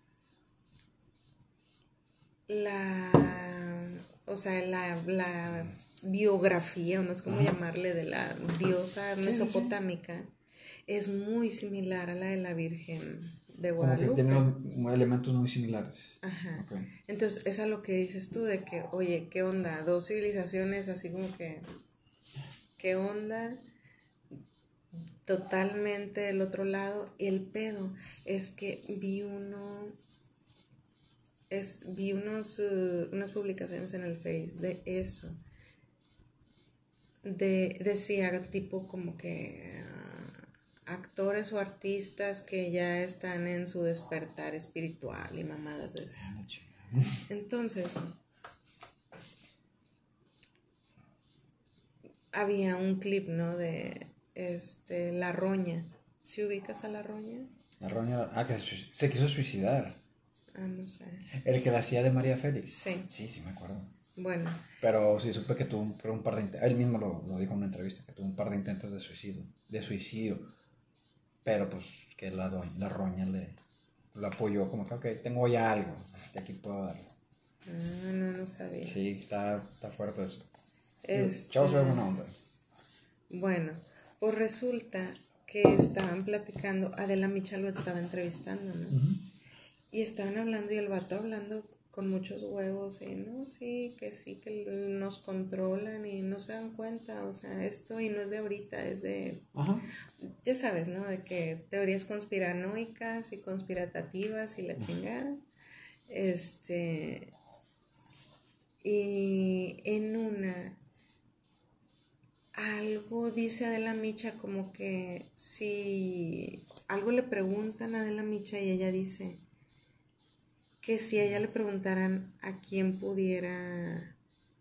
la, o sea, la biografía, o no sé cómo llamarle, de la diosa mesopotámica, es muy similar a la de la Virgen de Guadalupe. Como que tienen elementos muy similares. Ajá. Okay. Entonces, es a lo que dices tú de que, oye, ¿qué onda? Dos civilizaciones así como que, ¿qué onda? Totalmente del otro lado. El pedo es que vi unas publicaciones en el Face de eso. Decía tipo como que actores o artistas que ya están en su despertar espiritual y mamadas de esas. Entonces, había un clip, ¿no? De La Roña. ¿Si ubicas a La Roña? La roña. Que se quiso suicidar. No sé. El que la hacía de María Félix. Sí. Sí, me acuerdo. Bueno. Pero sí supe que tuvo un par de intentos. Él mismo lo dijo en una entrevista, que tuvo un par de intentos de suicidio. Pero pues que la roña lo apoyó como que, ok, tengo ya algo, de aquí puedo darlo. No sabía. Sí, está fuerte eso. Chavo se ve buena onda. Bueno, pues resulta que estaban platicando, Adela Micha lo estaba entrevistando, ¿no? Y estaban hablando y el vato hablando con muchos huevos y no, sí, que nos controlan y no se dan cuenta, o sea, esto y no es de ahorita, es de, ya sabes, ¿no? De que teorías conspiranoicas y conspiratativas y la chingada. Y en una, algo dice Adela Micha como que si algo le preguntan a Adela Micha y ella dice que si a ella le preguntaran a quién pudiera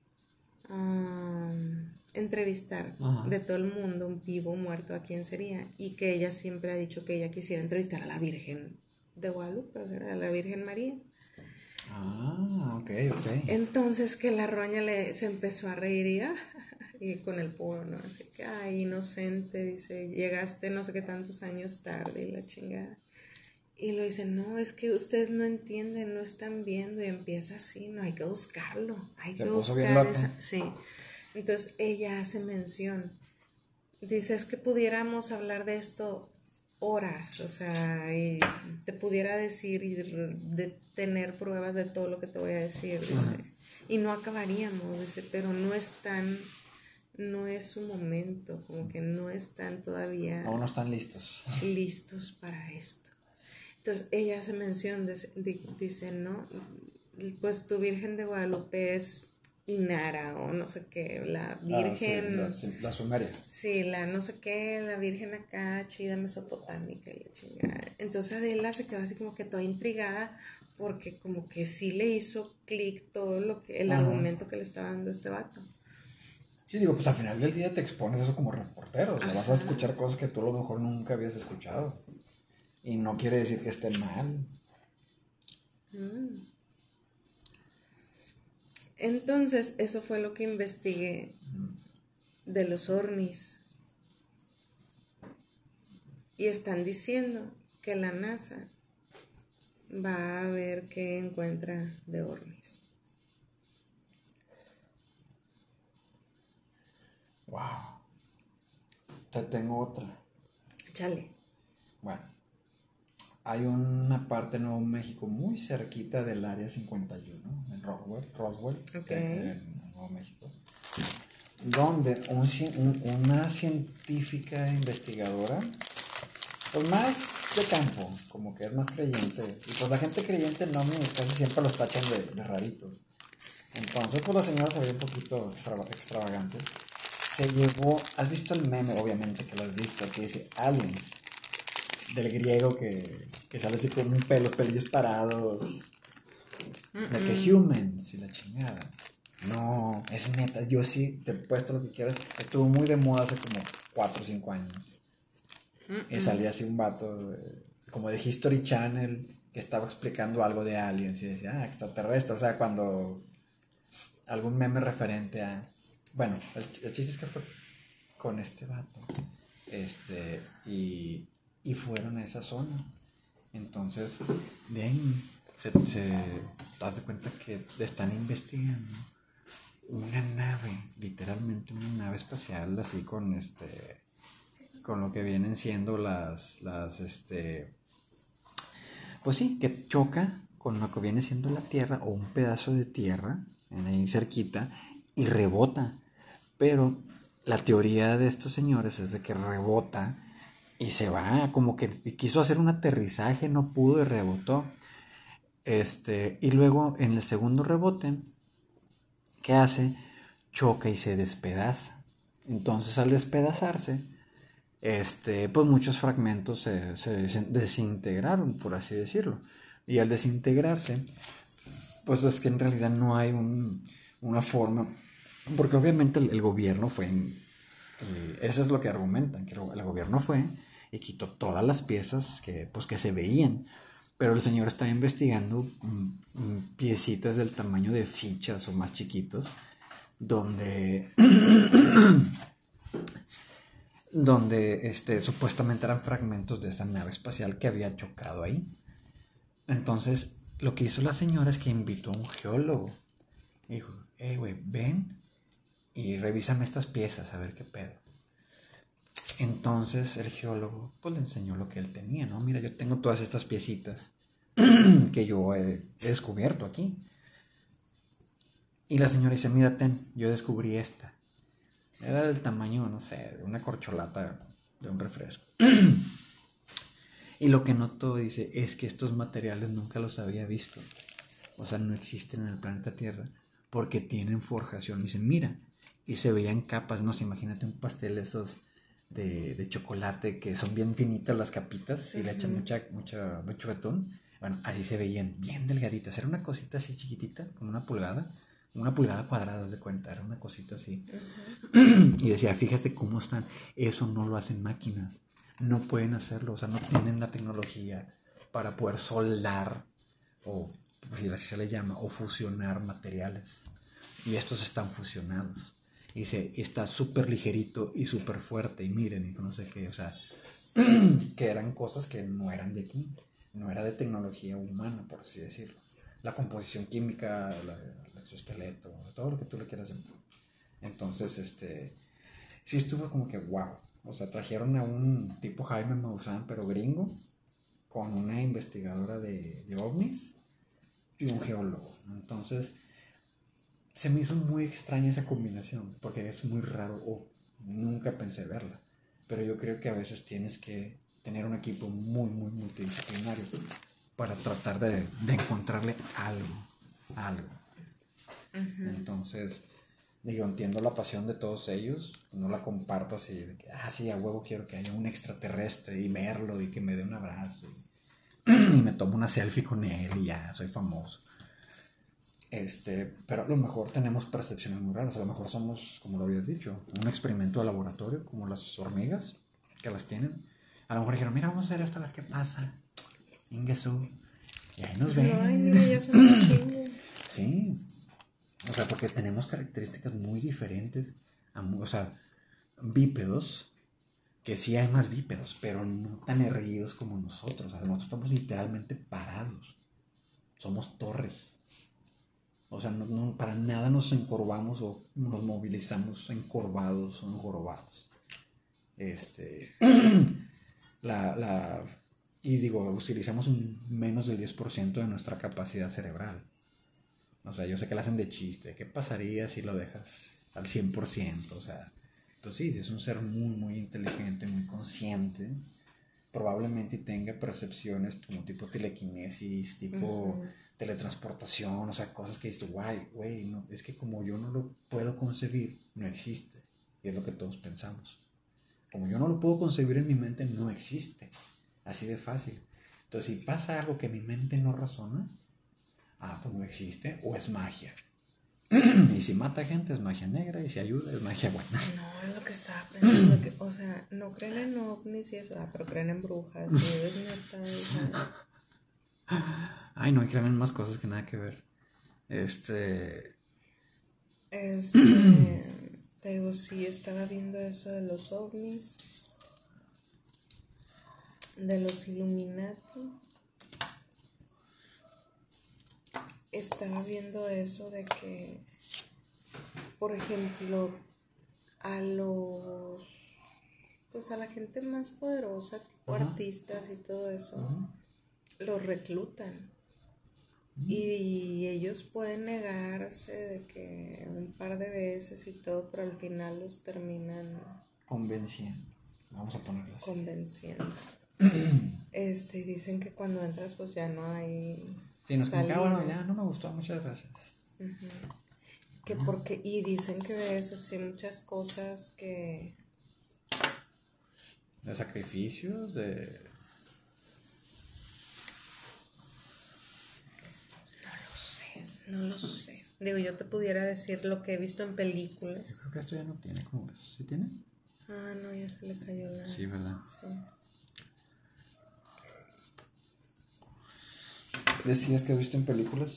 entrevistar de todo el mundo, vivo o muerto, a quién sería, y que ella siempre ha dicho que ella quisiera entrevistar a la Virgen de Guadalupe, ¿verdad? A la Virgen María. Ok. Entonces que la roña se empezó a reír y con el puro, ¿no? Así que, ay, inocente, dice, llegaste no sé qué tantos años tarde y la chingada. Y lo dice, no, es que ustedes no entienden, no están viendo, y empieza así, no, hay que buscarlo, hay que buscar esa. Sí. Entonces ella hace mención, dice, es que pudiéramos hablar de esto horas, o sea, y te pudiera decir y de tener pruebas de todo lo que te voy a decir, dice, y no acabaríamos, dice, pero no es su momento, como que no están todavía no están listos para esto. Entonces ella hace mención, dice, no, pues tu Virgen de Guadalupe es Inara o no sé qué, la Virgen. Sí, la Sumeria. Sí, la no sé qué, la Virgen acá, chida mesopotámica y la chingada. Entonces Adela se quedó así como que toda intrigada porque como que sí le hizo clic todo el argumento que le estaba dando este vato. Sí, digo, pues al final del día te expones eso como reportero, o sea, vas a escuchar cosas que tú a lo mejor nunca habías escuchado. Y no quiere decir que esté mal. Entonces, eso fue lo que investigué de los ovnis. Y están diciendo que la NASA va a ver qué encuentra de ovnis. Wow. Te tengo otra. Chale. Bueno. hay una parte de Nuevo México muy cerquita del área 51, en Roswell, en Nuevo México, donde una científica investigadora, pues más de campo, como que es más creyente, y pues la gente creyente no, casi siempre los tachan de raritos. Entonces, pues la señora se ve un poquito extravagante. Se llevó, ¿has visto el meme? Obviamente que lo has visto, que dice aliens, del griego que sale así con pelillos parados, de que humans y la chingada. No, es neta, yo sí te he puesto lo que quieras. Estuvo muy de moda hace como 4 o 5 años. Y salía así un vato como de History Channel que estaba explicando algo de aliens y decía, extraterrestre. O sea, cuando algún meme referente a... Bueno, el chiste es que fue con este vato. Y fueron a esa zona. Entonces, de ahí se das de cuenta que están investigando una nave, literalmente una nave espacial, así con con lo que vienen siendo pues sí, que choca con lo que viene siendo la Tierra o un pedazo de tierra en ahí cerquita y rebota. Pero la teoría de estos señores es de que rebota y se va, como que quiso hacer un aterrizaje, no pudo y rebotó. Y luego en el segundo rebote, ¿qué hace? Choca y se despedaza. Entonces al despedazarse, pues muchos fragmentos se desintegraron, por así decirlo. Y al desintegrarse, pues es que en realidad no hay una forma, porque obviamente el gobierno fue, eso es lo que argumentan, que el gobierno fue y quitó todas las piezas que se veían, pero el señor estaba investigando piecitas del tamaño de fichas o más chiquitos, donde supuestamente eran fragmentos de esa nave espacial que había chocado ahí. Entonces, lo que hizo la señora es que invitó a un geólogo. Y dijo, güey, ven y revísame estas piezas, a ver qué pedo. Entonces, el geólogo, pues le enseñó lo que él tenía, ¿no? Mira, yo tengo todas estas piecitas que yo he descubierto aquí. Y la señora dice, mira, yo descubrí esta. Era del tamaño, no sé, de una corcholata de un refresco. Y lo que notó, dice, es que estos materiales nunca los había visto. O sea, no existen en el planeta Tierra porque tienen forjación. Dice, mira, y se veían capas, no sé, imagínate un pastel esos de chocolate que son bien finitas las capitas y le echan mucho betún. Bueno, así se veían, bien delgaditas. Era una cosita así chiquitita, como una pulgada cuadrada de cuenta, era una cosita así. Y decía, fíjate cómo están, eso no lo hacen máquinas, no pueden hacerlo, o sea, no tienen la tecnología para poder soldar, o si así se le llama, o fusionar materiales. Y estos están fusionados. Y dice, está súper ligerito y súper fuerte, y miren, y no sé qué, o sea, que eran cosas que no eran de aquí, no era de tecnología humana, por así decirlo. La composición química, el exoesqueleto, todo lo que tú le quieras llamar. Entonces, sí estuvo como que wow. O sea, trajeron a un tipo Jaime Maussan, pero gringo, con una investigadora de ovnis y un geólogo. Entonces, se me hizo muy extraña esa combinación, porque es muy raro, nunca pensé verla. Pero yo creo que a veces tienes que tener un equipo muy, muy multidisciplinario para tratar de encontrarle algo. Uh-huh. Entonces, digo, entiendo la pasión de todos ellos, no la comparto así de que, sí, a huevo quiero que haya un extraterrestre y verlo y que me dé un abrazo y me tomo una selfie con él y ya, soy famoso. Pero a lo mejor tenemos percepciones muy raras, a lo mejor somos, como lo habías dicho, un experimento de laboratorio, como las hormigas que las tienen. A lo mejor dijeron, mira, vamos a hacer esto a ver qué pasa. Ingesu. Y ahí nos ven. Ay, mira, ya son un chingo. Sí. O sea, porque tenemos características muy diferentes. O sea, bípedos, que sí hay más bípedos, pero no tan erguidos como nosotros. O sea, nosotros estamos literalmente parados. Somos torres. O sea, no, para nada nos encorvamos o nos movilizamos encorvados o enjorobados. Y digo, utilizamos menos del 10% de nuestra capacidad cerebral. O sea, yo sé que lo hacen de chiste. ¿Qué pasaría si lo dejas al 100%? O sea, pues sí, es un ser muy, muy inteligente, muy consciente. Probablemente tenga percepciones como tipo telequinesis, tipo teletransportación, o sea, cosas que dices, güey, no, es que como yo no lo puedo concebir, no existe. Y es lo que todos pensamos. Como yo no lo puedo concebir en mi mente, no existe. Así de fácil. Entonces, si pasa algo que mi mente no razona, pues no existe, o es magia. Y si mata gente es magia negra, y si ayuda es magia buena. No, es lo que estaba pensando, que, o sea, no creen en ovnis y eso, pero creen en brujas, y es neta, o sea. Ay, no, creen en más cosas que nada que ver. Te digo, sí, estaba viendo eso de los ovnis, de los Illuminati. Estaba viendo eso de que, por ejemplo, pues a la gente más poderosa, tipo artistas y todo eso, los reclutan. Y ellos pueden negarse de que un par de veces y todo, pero al final los terminan convenciendo. Vamos a ponerlo así. Convenciendo. Dicen que cuando entras pues ya no hay salida. Bueno, ya no me gustó, muchas gracias. Que porque, y dicen que ves así muchas cosas que... De sacrificios, de... No lo sé. Digo, yo te pudiera decir lo que he visto en películas. Yo creo que esto ya no tiene, ¿cómo ves? ¿Sí tiene? Ah, no, ya se le cayó la... Sí, ¿verdad? Sí. ¿Decías que has visto en películas?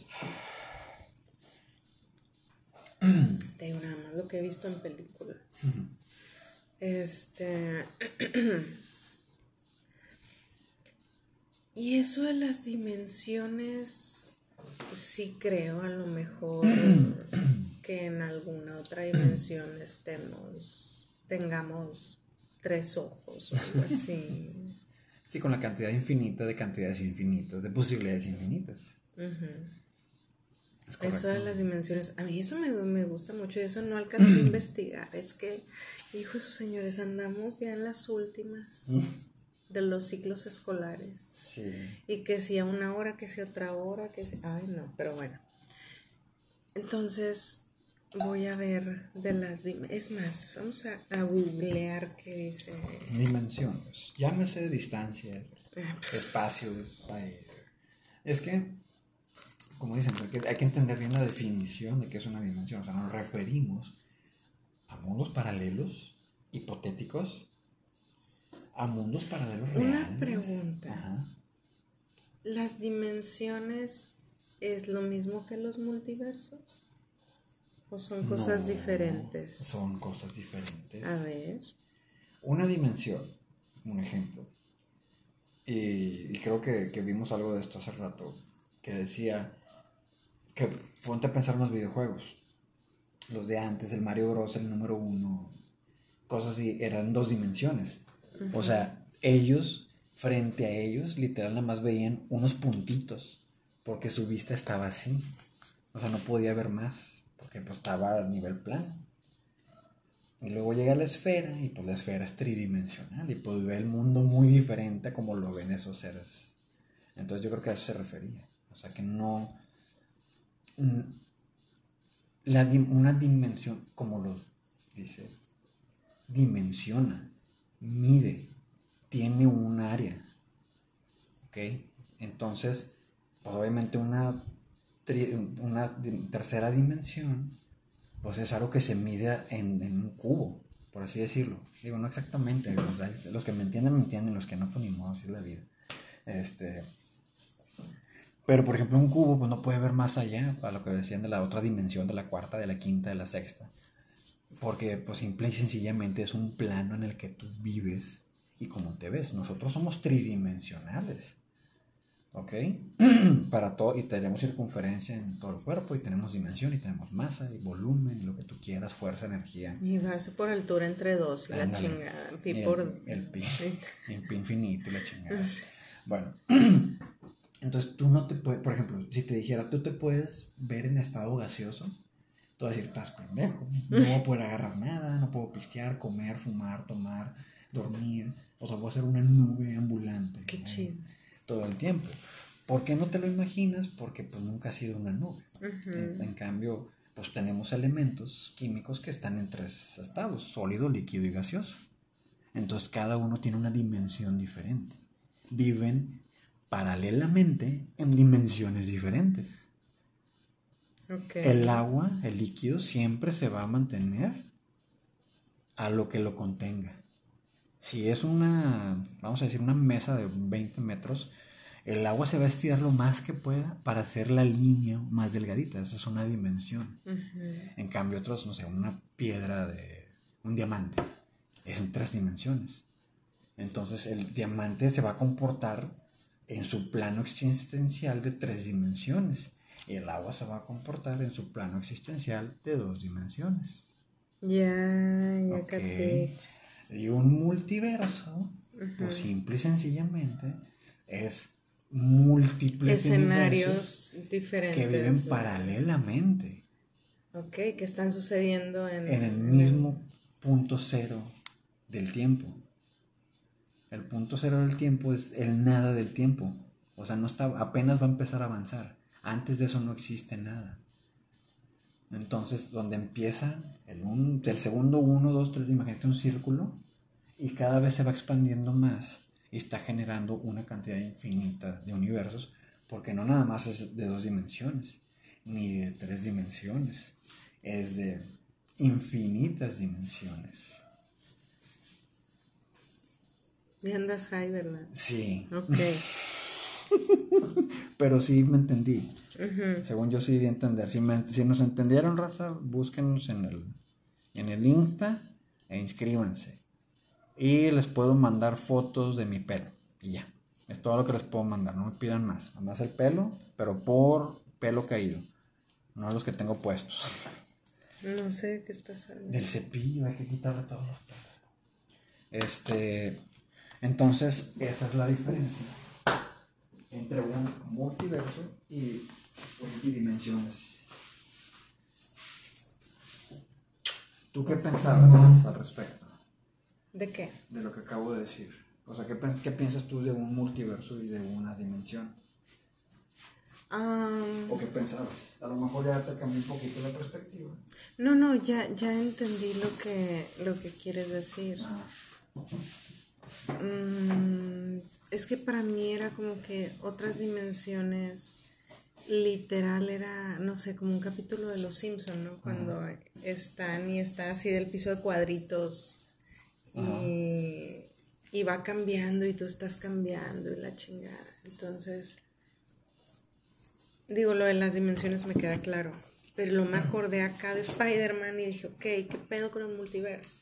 Te digo nada más lo que he visto en películas. Y eso de las dimensiones, sí creo a lo mejor que en alguna otra dimensión tengamos 3 ojos o algo así. Sí, con la cantidad infinita de cantidades infinitas, de posibilidades infinitas. Es correcto. Eso de las dimensiones, a mí eso me gusta mucho, eso no alcancé a investigar. Es que, hijo de sus señores, andamos ya en las últimas de los ciclos escolares. Sí. Y que si a una hora, que si a otra hora, que si... Ay, no, pero bueno. Entonces, voy a ver de las... Es más, vamos a googlear qué dice... Dimensiones. Llámese distancias, espacios. Es que, como dicen, hay que entender bien la definición de qué es una dimensión. O sea, nos referimos a mundos paralelos, hipotéticos, a mundos paralelos reales. Una pregunta. Ajá. ¿Las dimensiones es lo mismo que los multiversos? ¿O son cosas diferentes? Son cosas diferentes. A ver. Una dimensión, un ejemplo. Y creo que vimos algo de esto hace rato, que decía que ponte a pensar en los videojuegos. Los de antes, el Mario Bros, el número 1, cosas así, eran 2 dimensiones. O sea, frente a ellos, literal nada más veían unos puntitos, porque su vista estaba así. O sea, no podía ver más, porque pues estaba a nivel plano. Y luego llega la esfera, y pues la esfera es tridimensional, y pues ve el mundo muy diferente a como lo ven esos seres. Entonces yo creo que a eso se refería. O sea, que no... una dimensión, como lo dice, dimensiona, mide, tiene un área. ¿Ok? Entonces, pues obviamente una tercera dimensión, pues es algo que se mide en un cubo, por así decirlo. Digo, no exactamente, los que me entienden, los que no, pues ni modo, así es la vida. Pero por ejemplo un cubo pues no puede ver más allá, para lo que decían de la otra dimensión, de la cuarta, de la quinta, de la sexta. Porque pues simple y sencillamente es un plano en el que tú vives y como te ves. Nosotros somos tridimensionales. ¿Ok? Para todo, y tenemos circunferencia en todo el cuerpo, y tenemos dimensión, y tenemos masa, y volumen, y lo que tú quieras, fuerza, energía. Y base por altura entre 2 y la chingada. El pi infinito y la chingada. Sí. Bueno, entonces tú no te puedes, por ejemplo, si te dijera, tú te puedes ver en estado gaseoso, tú vas a decir, estás pendejo, no voy a poder agarrar nada, no puedo pistear, comer, fumar, tomar, dormir, o sea, voy a ser una nube ambulante. Qué chido. Todo el tiempo. ¿Por qué no te lo imaginas? Porque pues nunca ha sido una nube. Ujú. En cambio, pues tenemos elementos químicos que están en tres estados, sólido, líquido y gaseoso. Entonces cada uno tiene una dimensión diferente. Viven paralelamente en dimensiones diferentes. Ok. El agua, el líquido, siempre se va a mantener a lo que lo contenga. Si es vamos a decir, una mesa de 20 metros, el agua se va a estirar lo más que pueda para hacer la línea más delgadita. Esa es una dimensión. Ujú. En cambio, otros, no sé, una piedra de un diamante, es en 3 dimensiones. Entonces, el diamante se va a comportar en su plano existencial de 3 dimensiones. Y el agua se va a comportar en su plano existencial de 2 dimensiones. Ya Ok. capté. Y un multiverso, pues simple y sencillamente, es múltiples universos Escenarios diferentes. que viven paralelamente Ok, que están sucediendo en el mismo punto cero del tiempo. El punto cero del tiempo es el nada del tiempo. O sea, no está, apenas va a empezar a avanzar. Antes de eso no existe nada. Entonces, donde empieza el segundo 1, 2, 3, imagínate un círculo, y cada vez se va expandiendo más y está generando una cantidad infinita de universos, porque no nada más es de 2 dimensiones, ni de 3 dimensiones, es de infinitas dimensiones. Y andas high, ¿verdad? Sí. Ok. Pero sí me entendí. Según yo sí di a entender. Si nos entendieron, raza, búsquenos en el Insta e inscríbanse. Y les puedo mandar fotos de mi pelo. Y ya. Es todo lo que les puedo mandar. No me pidan más. Nada más el pelo, pero por pelo caído. No los que tengo puestos. No sé qué estás hablando. Del cepillo, hay que quitarle todos los pelos. Entonces, esa es la diferencia entre un multiverso y multidimensiones. ¿Tú qué pensabas al respecto ¿De qué? de lo que acabo de decir? O sea, ¿qué piensas tú de un multiverso y de una dimensión? ¿O qué pensabas? A lo mejor ya te cambió un poquito la perspectiva. No, ya entendí lo que quieres decir. Es que para mí era como que otras dimensiones, literal era, no sé, como un capítulo de Los Simpson, ¿no? Cuando están así del piso de cuadritos y va cambiando y tú estás cambiando y la chingada. Entonces, digo, lo de las dimensiones me queda claro, pero lo me acordé acá de Spider-Man y dije, ok, ¿qué pedo con el multiverso?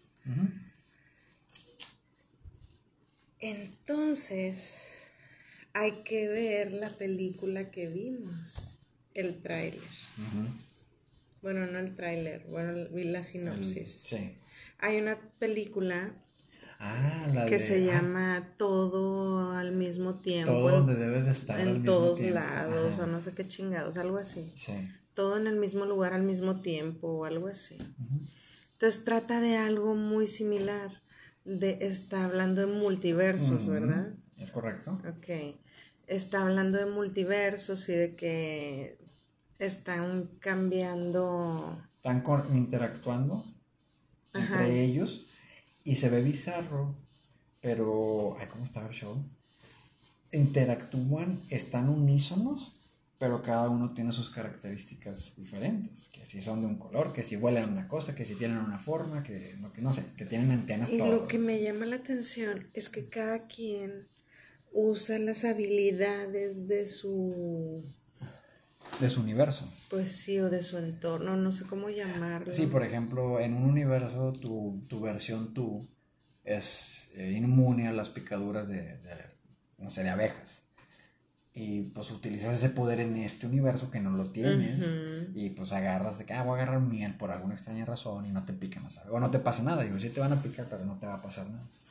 Entonces, hay que ver la película que vimos, el tráiler. Bueno, no el tráiler, bueno, vi la sinopsis. Sí. Hay una película la que se llama Todo al mismo tiempo. Todo donde debe de estar al en mismo todos tiempo. lados, o no sé qué chingados, algo así. Sí. Todo en el mismo lugar al mismo tiempo, o algo así. Entonces trata de algo muy similar. Está hablando de multiversos, ¿verdad? ¿Es correcto? Ok. Está hablando de multiversos y de que están cambiando. Están interactuando entre ellos y se ve bizarro, pero ¿cómo estaba el show? Interactúan, están unísonos, pero cada uno tiene sus características diferentes, que si son de un color, que si huelen a una cosa, que si tienen una forma, que no sé, que tienen antenas. Y todo. lo que me llama la atención es que cada quien usa las habilidades de su universo. Pues sí, o de su entorno, no sé cómo llamarlo. Sí, por ejemplo, en un universo tu versión es inmune a las picaduras no sé, de abejas. Y pues utilizas ese poder en este universo que no lo tienes. Y pues agarras de que voy a agarrar miel por alguna extraña razón y no te pican las abejas. O no te pasa nada, digo, sí te van a picar, pero no te va a pasar nada.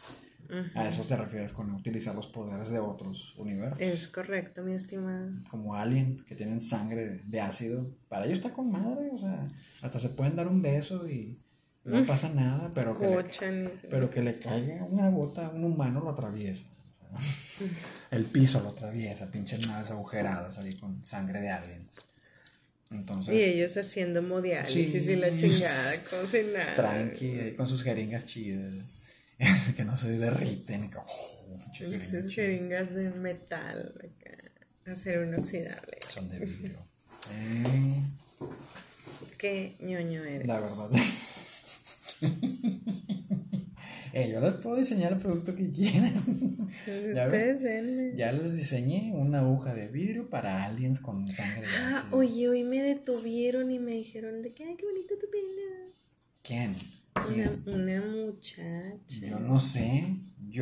A eso te refieres con utilizar los poderes de otros universos. Es correcto, mi estimado. Como Alien, que tienen sangre de ácido. Para ellos está con madre, o sea, hasta se pueden dar un beso y no pasa nada, pero que le caiga una gota a un humano lo atraviesa. O sea, el piso lo atraviesa, pinches naves agujeradas ahí con sangre de aliens. Entonces, y ellos haciendo hemodiálisis y la chingada, como si nada. Tranqui, ahí con sus jeringas chidas. Que no se derriten. Sus jeringas de metal, acero inoxidable. Son de vidrio. Qué ñoño eres. La verdad. Yo les puedo diseñar el producto que quieran. Ustedes denme. Ya les diseñé una aguja de vidrio para aliens con sangre de ácido. Oye, hoy me detuvieron y me dijeron de que, ay, qué bonita tu pelo. ¿Quién? Una muchacha. Yo no sé.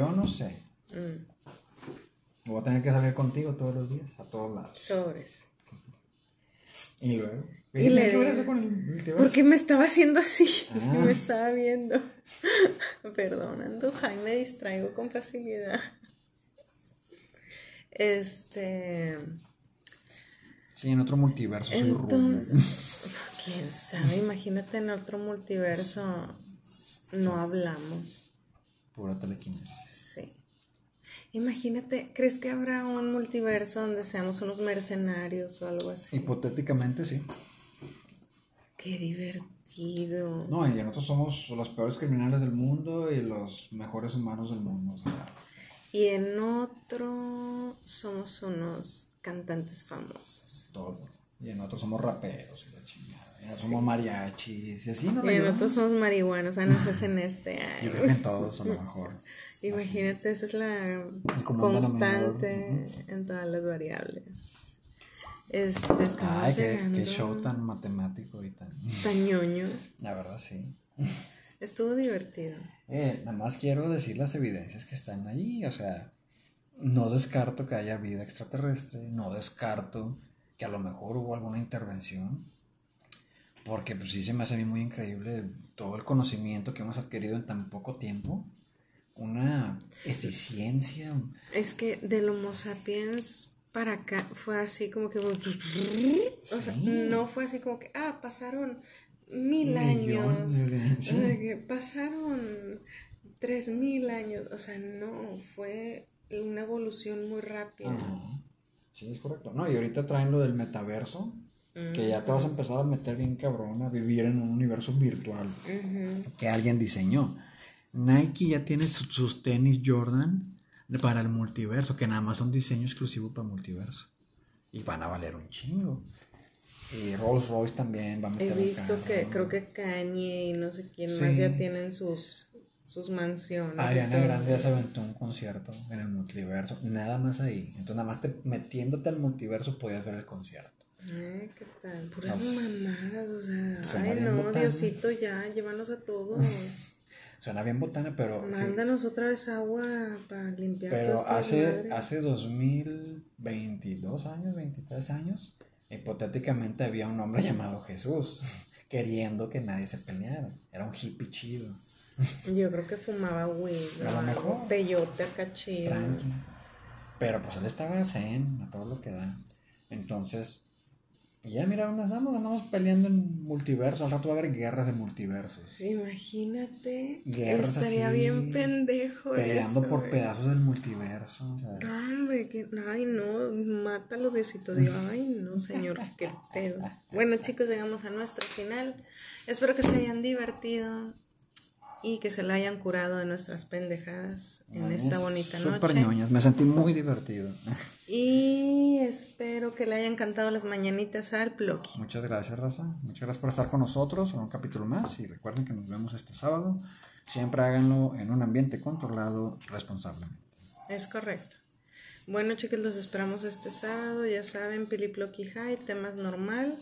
Voy a tener que salir contigo todos los días, a todos lados. Sobres. Y luego. ¿Y le porque me estaba haciendo así. Y me estaba viendo. Perdón, ando high, me distraigo con facilidad. Sí, en otro multiverso soy rubio. Quién sabe, imagínate en otro multiverso no hablamos. Pura telequinesis. Sí. Imagínate, ¿crees que habrá un multiverso donde seamos unos mercenarios o algo así? Hipotéticamente sí. Qué divertido. No, y nosotros somos los peores criminales del mundo y los mejores humanos del mundo. O sea. Y en otro somos unos cantantes famosos. Todo. Y en otro somos raperos y la chingada. Y en otro somos mariachis y así no. Y en otros somos marihuanos, no sé si en este. Yo creo que en todos a lo mejor. Imagínate, esa es la constante en todas las variables. Ay, qué show tan matemático y tan ñoño. La verdad, sí. Estuvo divertido. Nada más quiero decir las evidencias que están allí. O sea, no descarto que haya vida extraterrestre. No descarto que a lo mejor hubo alguna intervención. Porque pues sí se me hace a mí muy increíble todo el conocimiento que hemos adquirido en tan poco tiempo. Una eficiencia. Es que del Homo sapiens para acá fue así como que... O sea, no fue así como que... pasaron 1000 años. Pasaron 3000 años. O sea, no, fue una evolución muy rápida. Sí, es correcto. No, y ahorita traen lo del metaverso. Que ya te vas a empezar a meter bien cabrón a vivir en un universo virtual que alguien diseñó. Nike ya tiene sus tenis Jordan para el multiverso, que nada más son diseño exclusivo para el multiverso. Y van a valer un chingo. Y Rolls Royce también va a meter. He visto que creo que Kanye y no sé quién más ya tienen sus mansiones. Ariana Grande ya se aventó un concierto en el multiverso. Nada más ahí. Entonces nada más metiéndote al multiverso podías ver el concierto. ¿Qué tal? Puras mamadas, o sea. Suena bien botana. Diosito, ya, llévanos a todos. Suena bien botana, pero... Mándanos otra vez agua para limpiar. Pero hace 2022 años, 23 años, hipotéticamente había un hombre llamado Jesús, queriendo que nadie se peleara. Era un hippie chido. Yo creo que fumaba weed, a lo mejor. Peyote acá chido. Tranqui. Pero pues él estaba zen, a todo lo que da. Entonces... Y ya mira, andamos peleando en multiverso. Al rato va a haber guerras de multiversos. Imagínate. Guerras estaría así, bien pendejo peleando eso, por pedazos del multiverso. O sea. Hombre, ay no, mátalos, Diosito Dios. Ay no, señor, qué pedo. Bueno, chicos, llegamos a nuestro final. Espero que se hayan divertido y que se la hayan curado de nuestras pendejadas en esta bonita noche. Súper ñoñas, me sentí muy divertido. Y espero que le hayan cantado las mañanitas al Ploqui. Muchas gracias, raza. Muchas gracias por estar con nosotros en un capítulo más. Y recuerden que nos vemos este sábado. Siempre háganlo en un ambiente controlado responsablemente. Es correcto. Bueno, chicos, los esperamos este sábado. Ya saben, Piliploqui High, temas normal.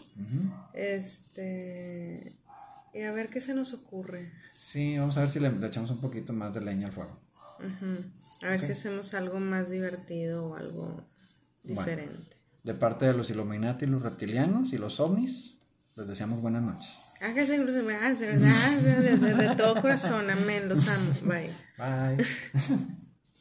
Y a ver qué se nos ocurre. Sí, vamos a ver si le echamos un poquito más de leña al fuego. A ver si hacemos algo más divertido o algo diferente. Bueno, de parte de los Illuminati, los reptilianos y los ovnis, Les deseamos buenas noches. Hágase de todo corazón, amén, los amo, bye. Bye.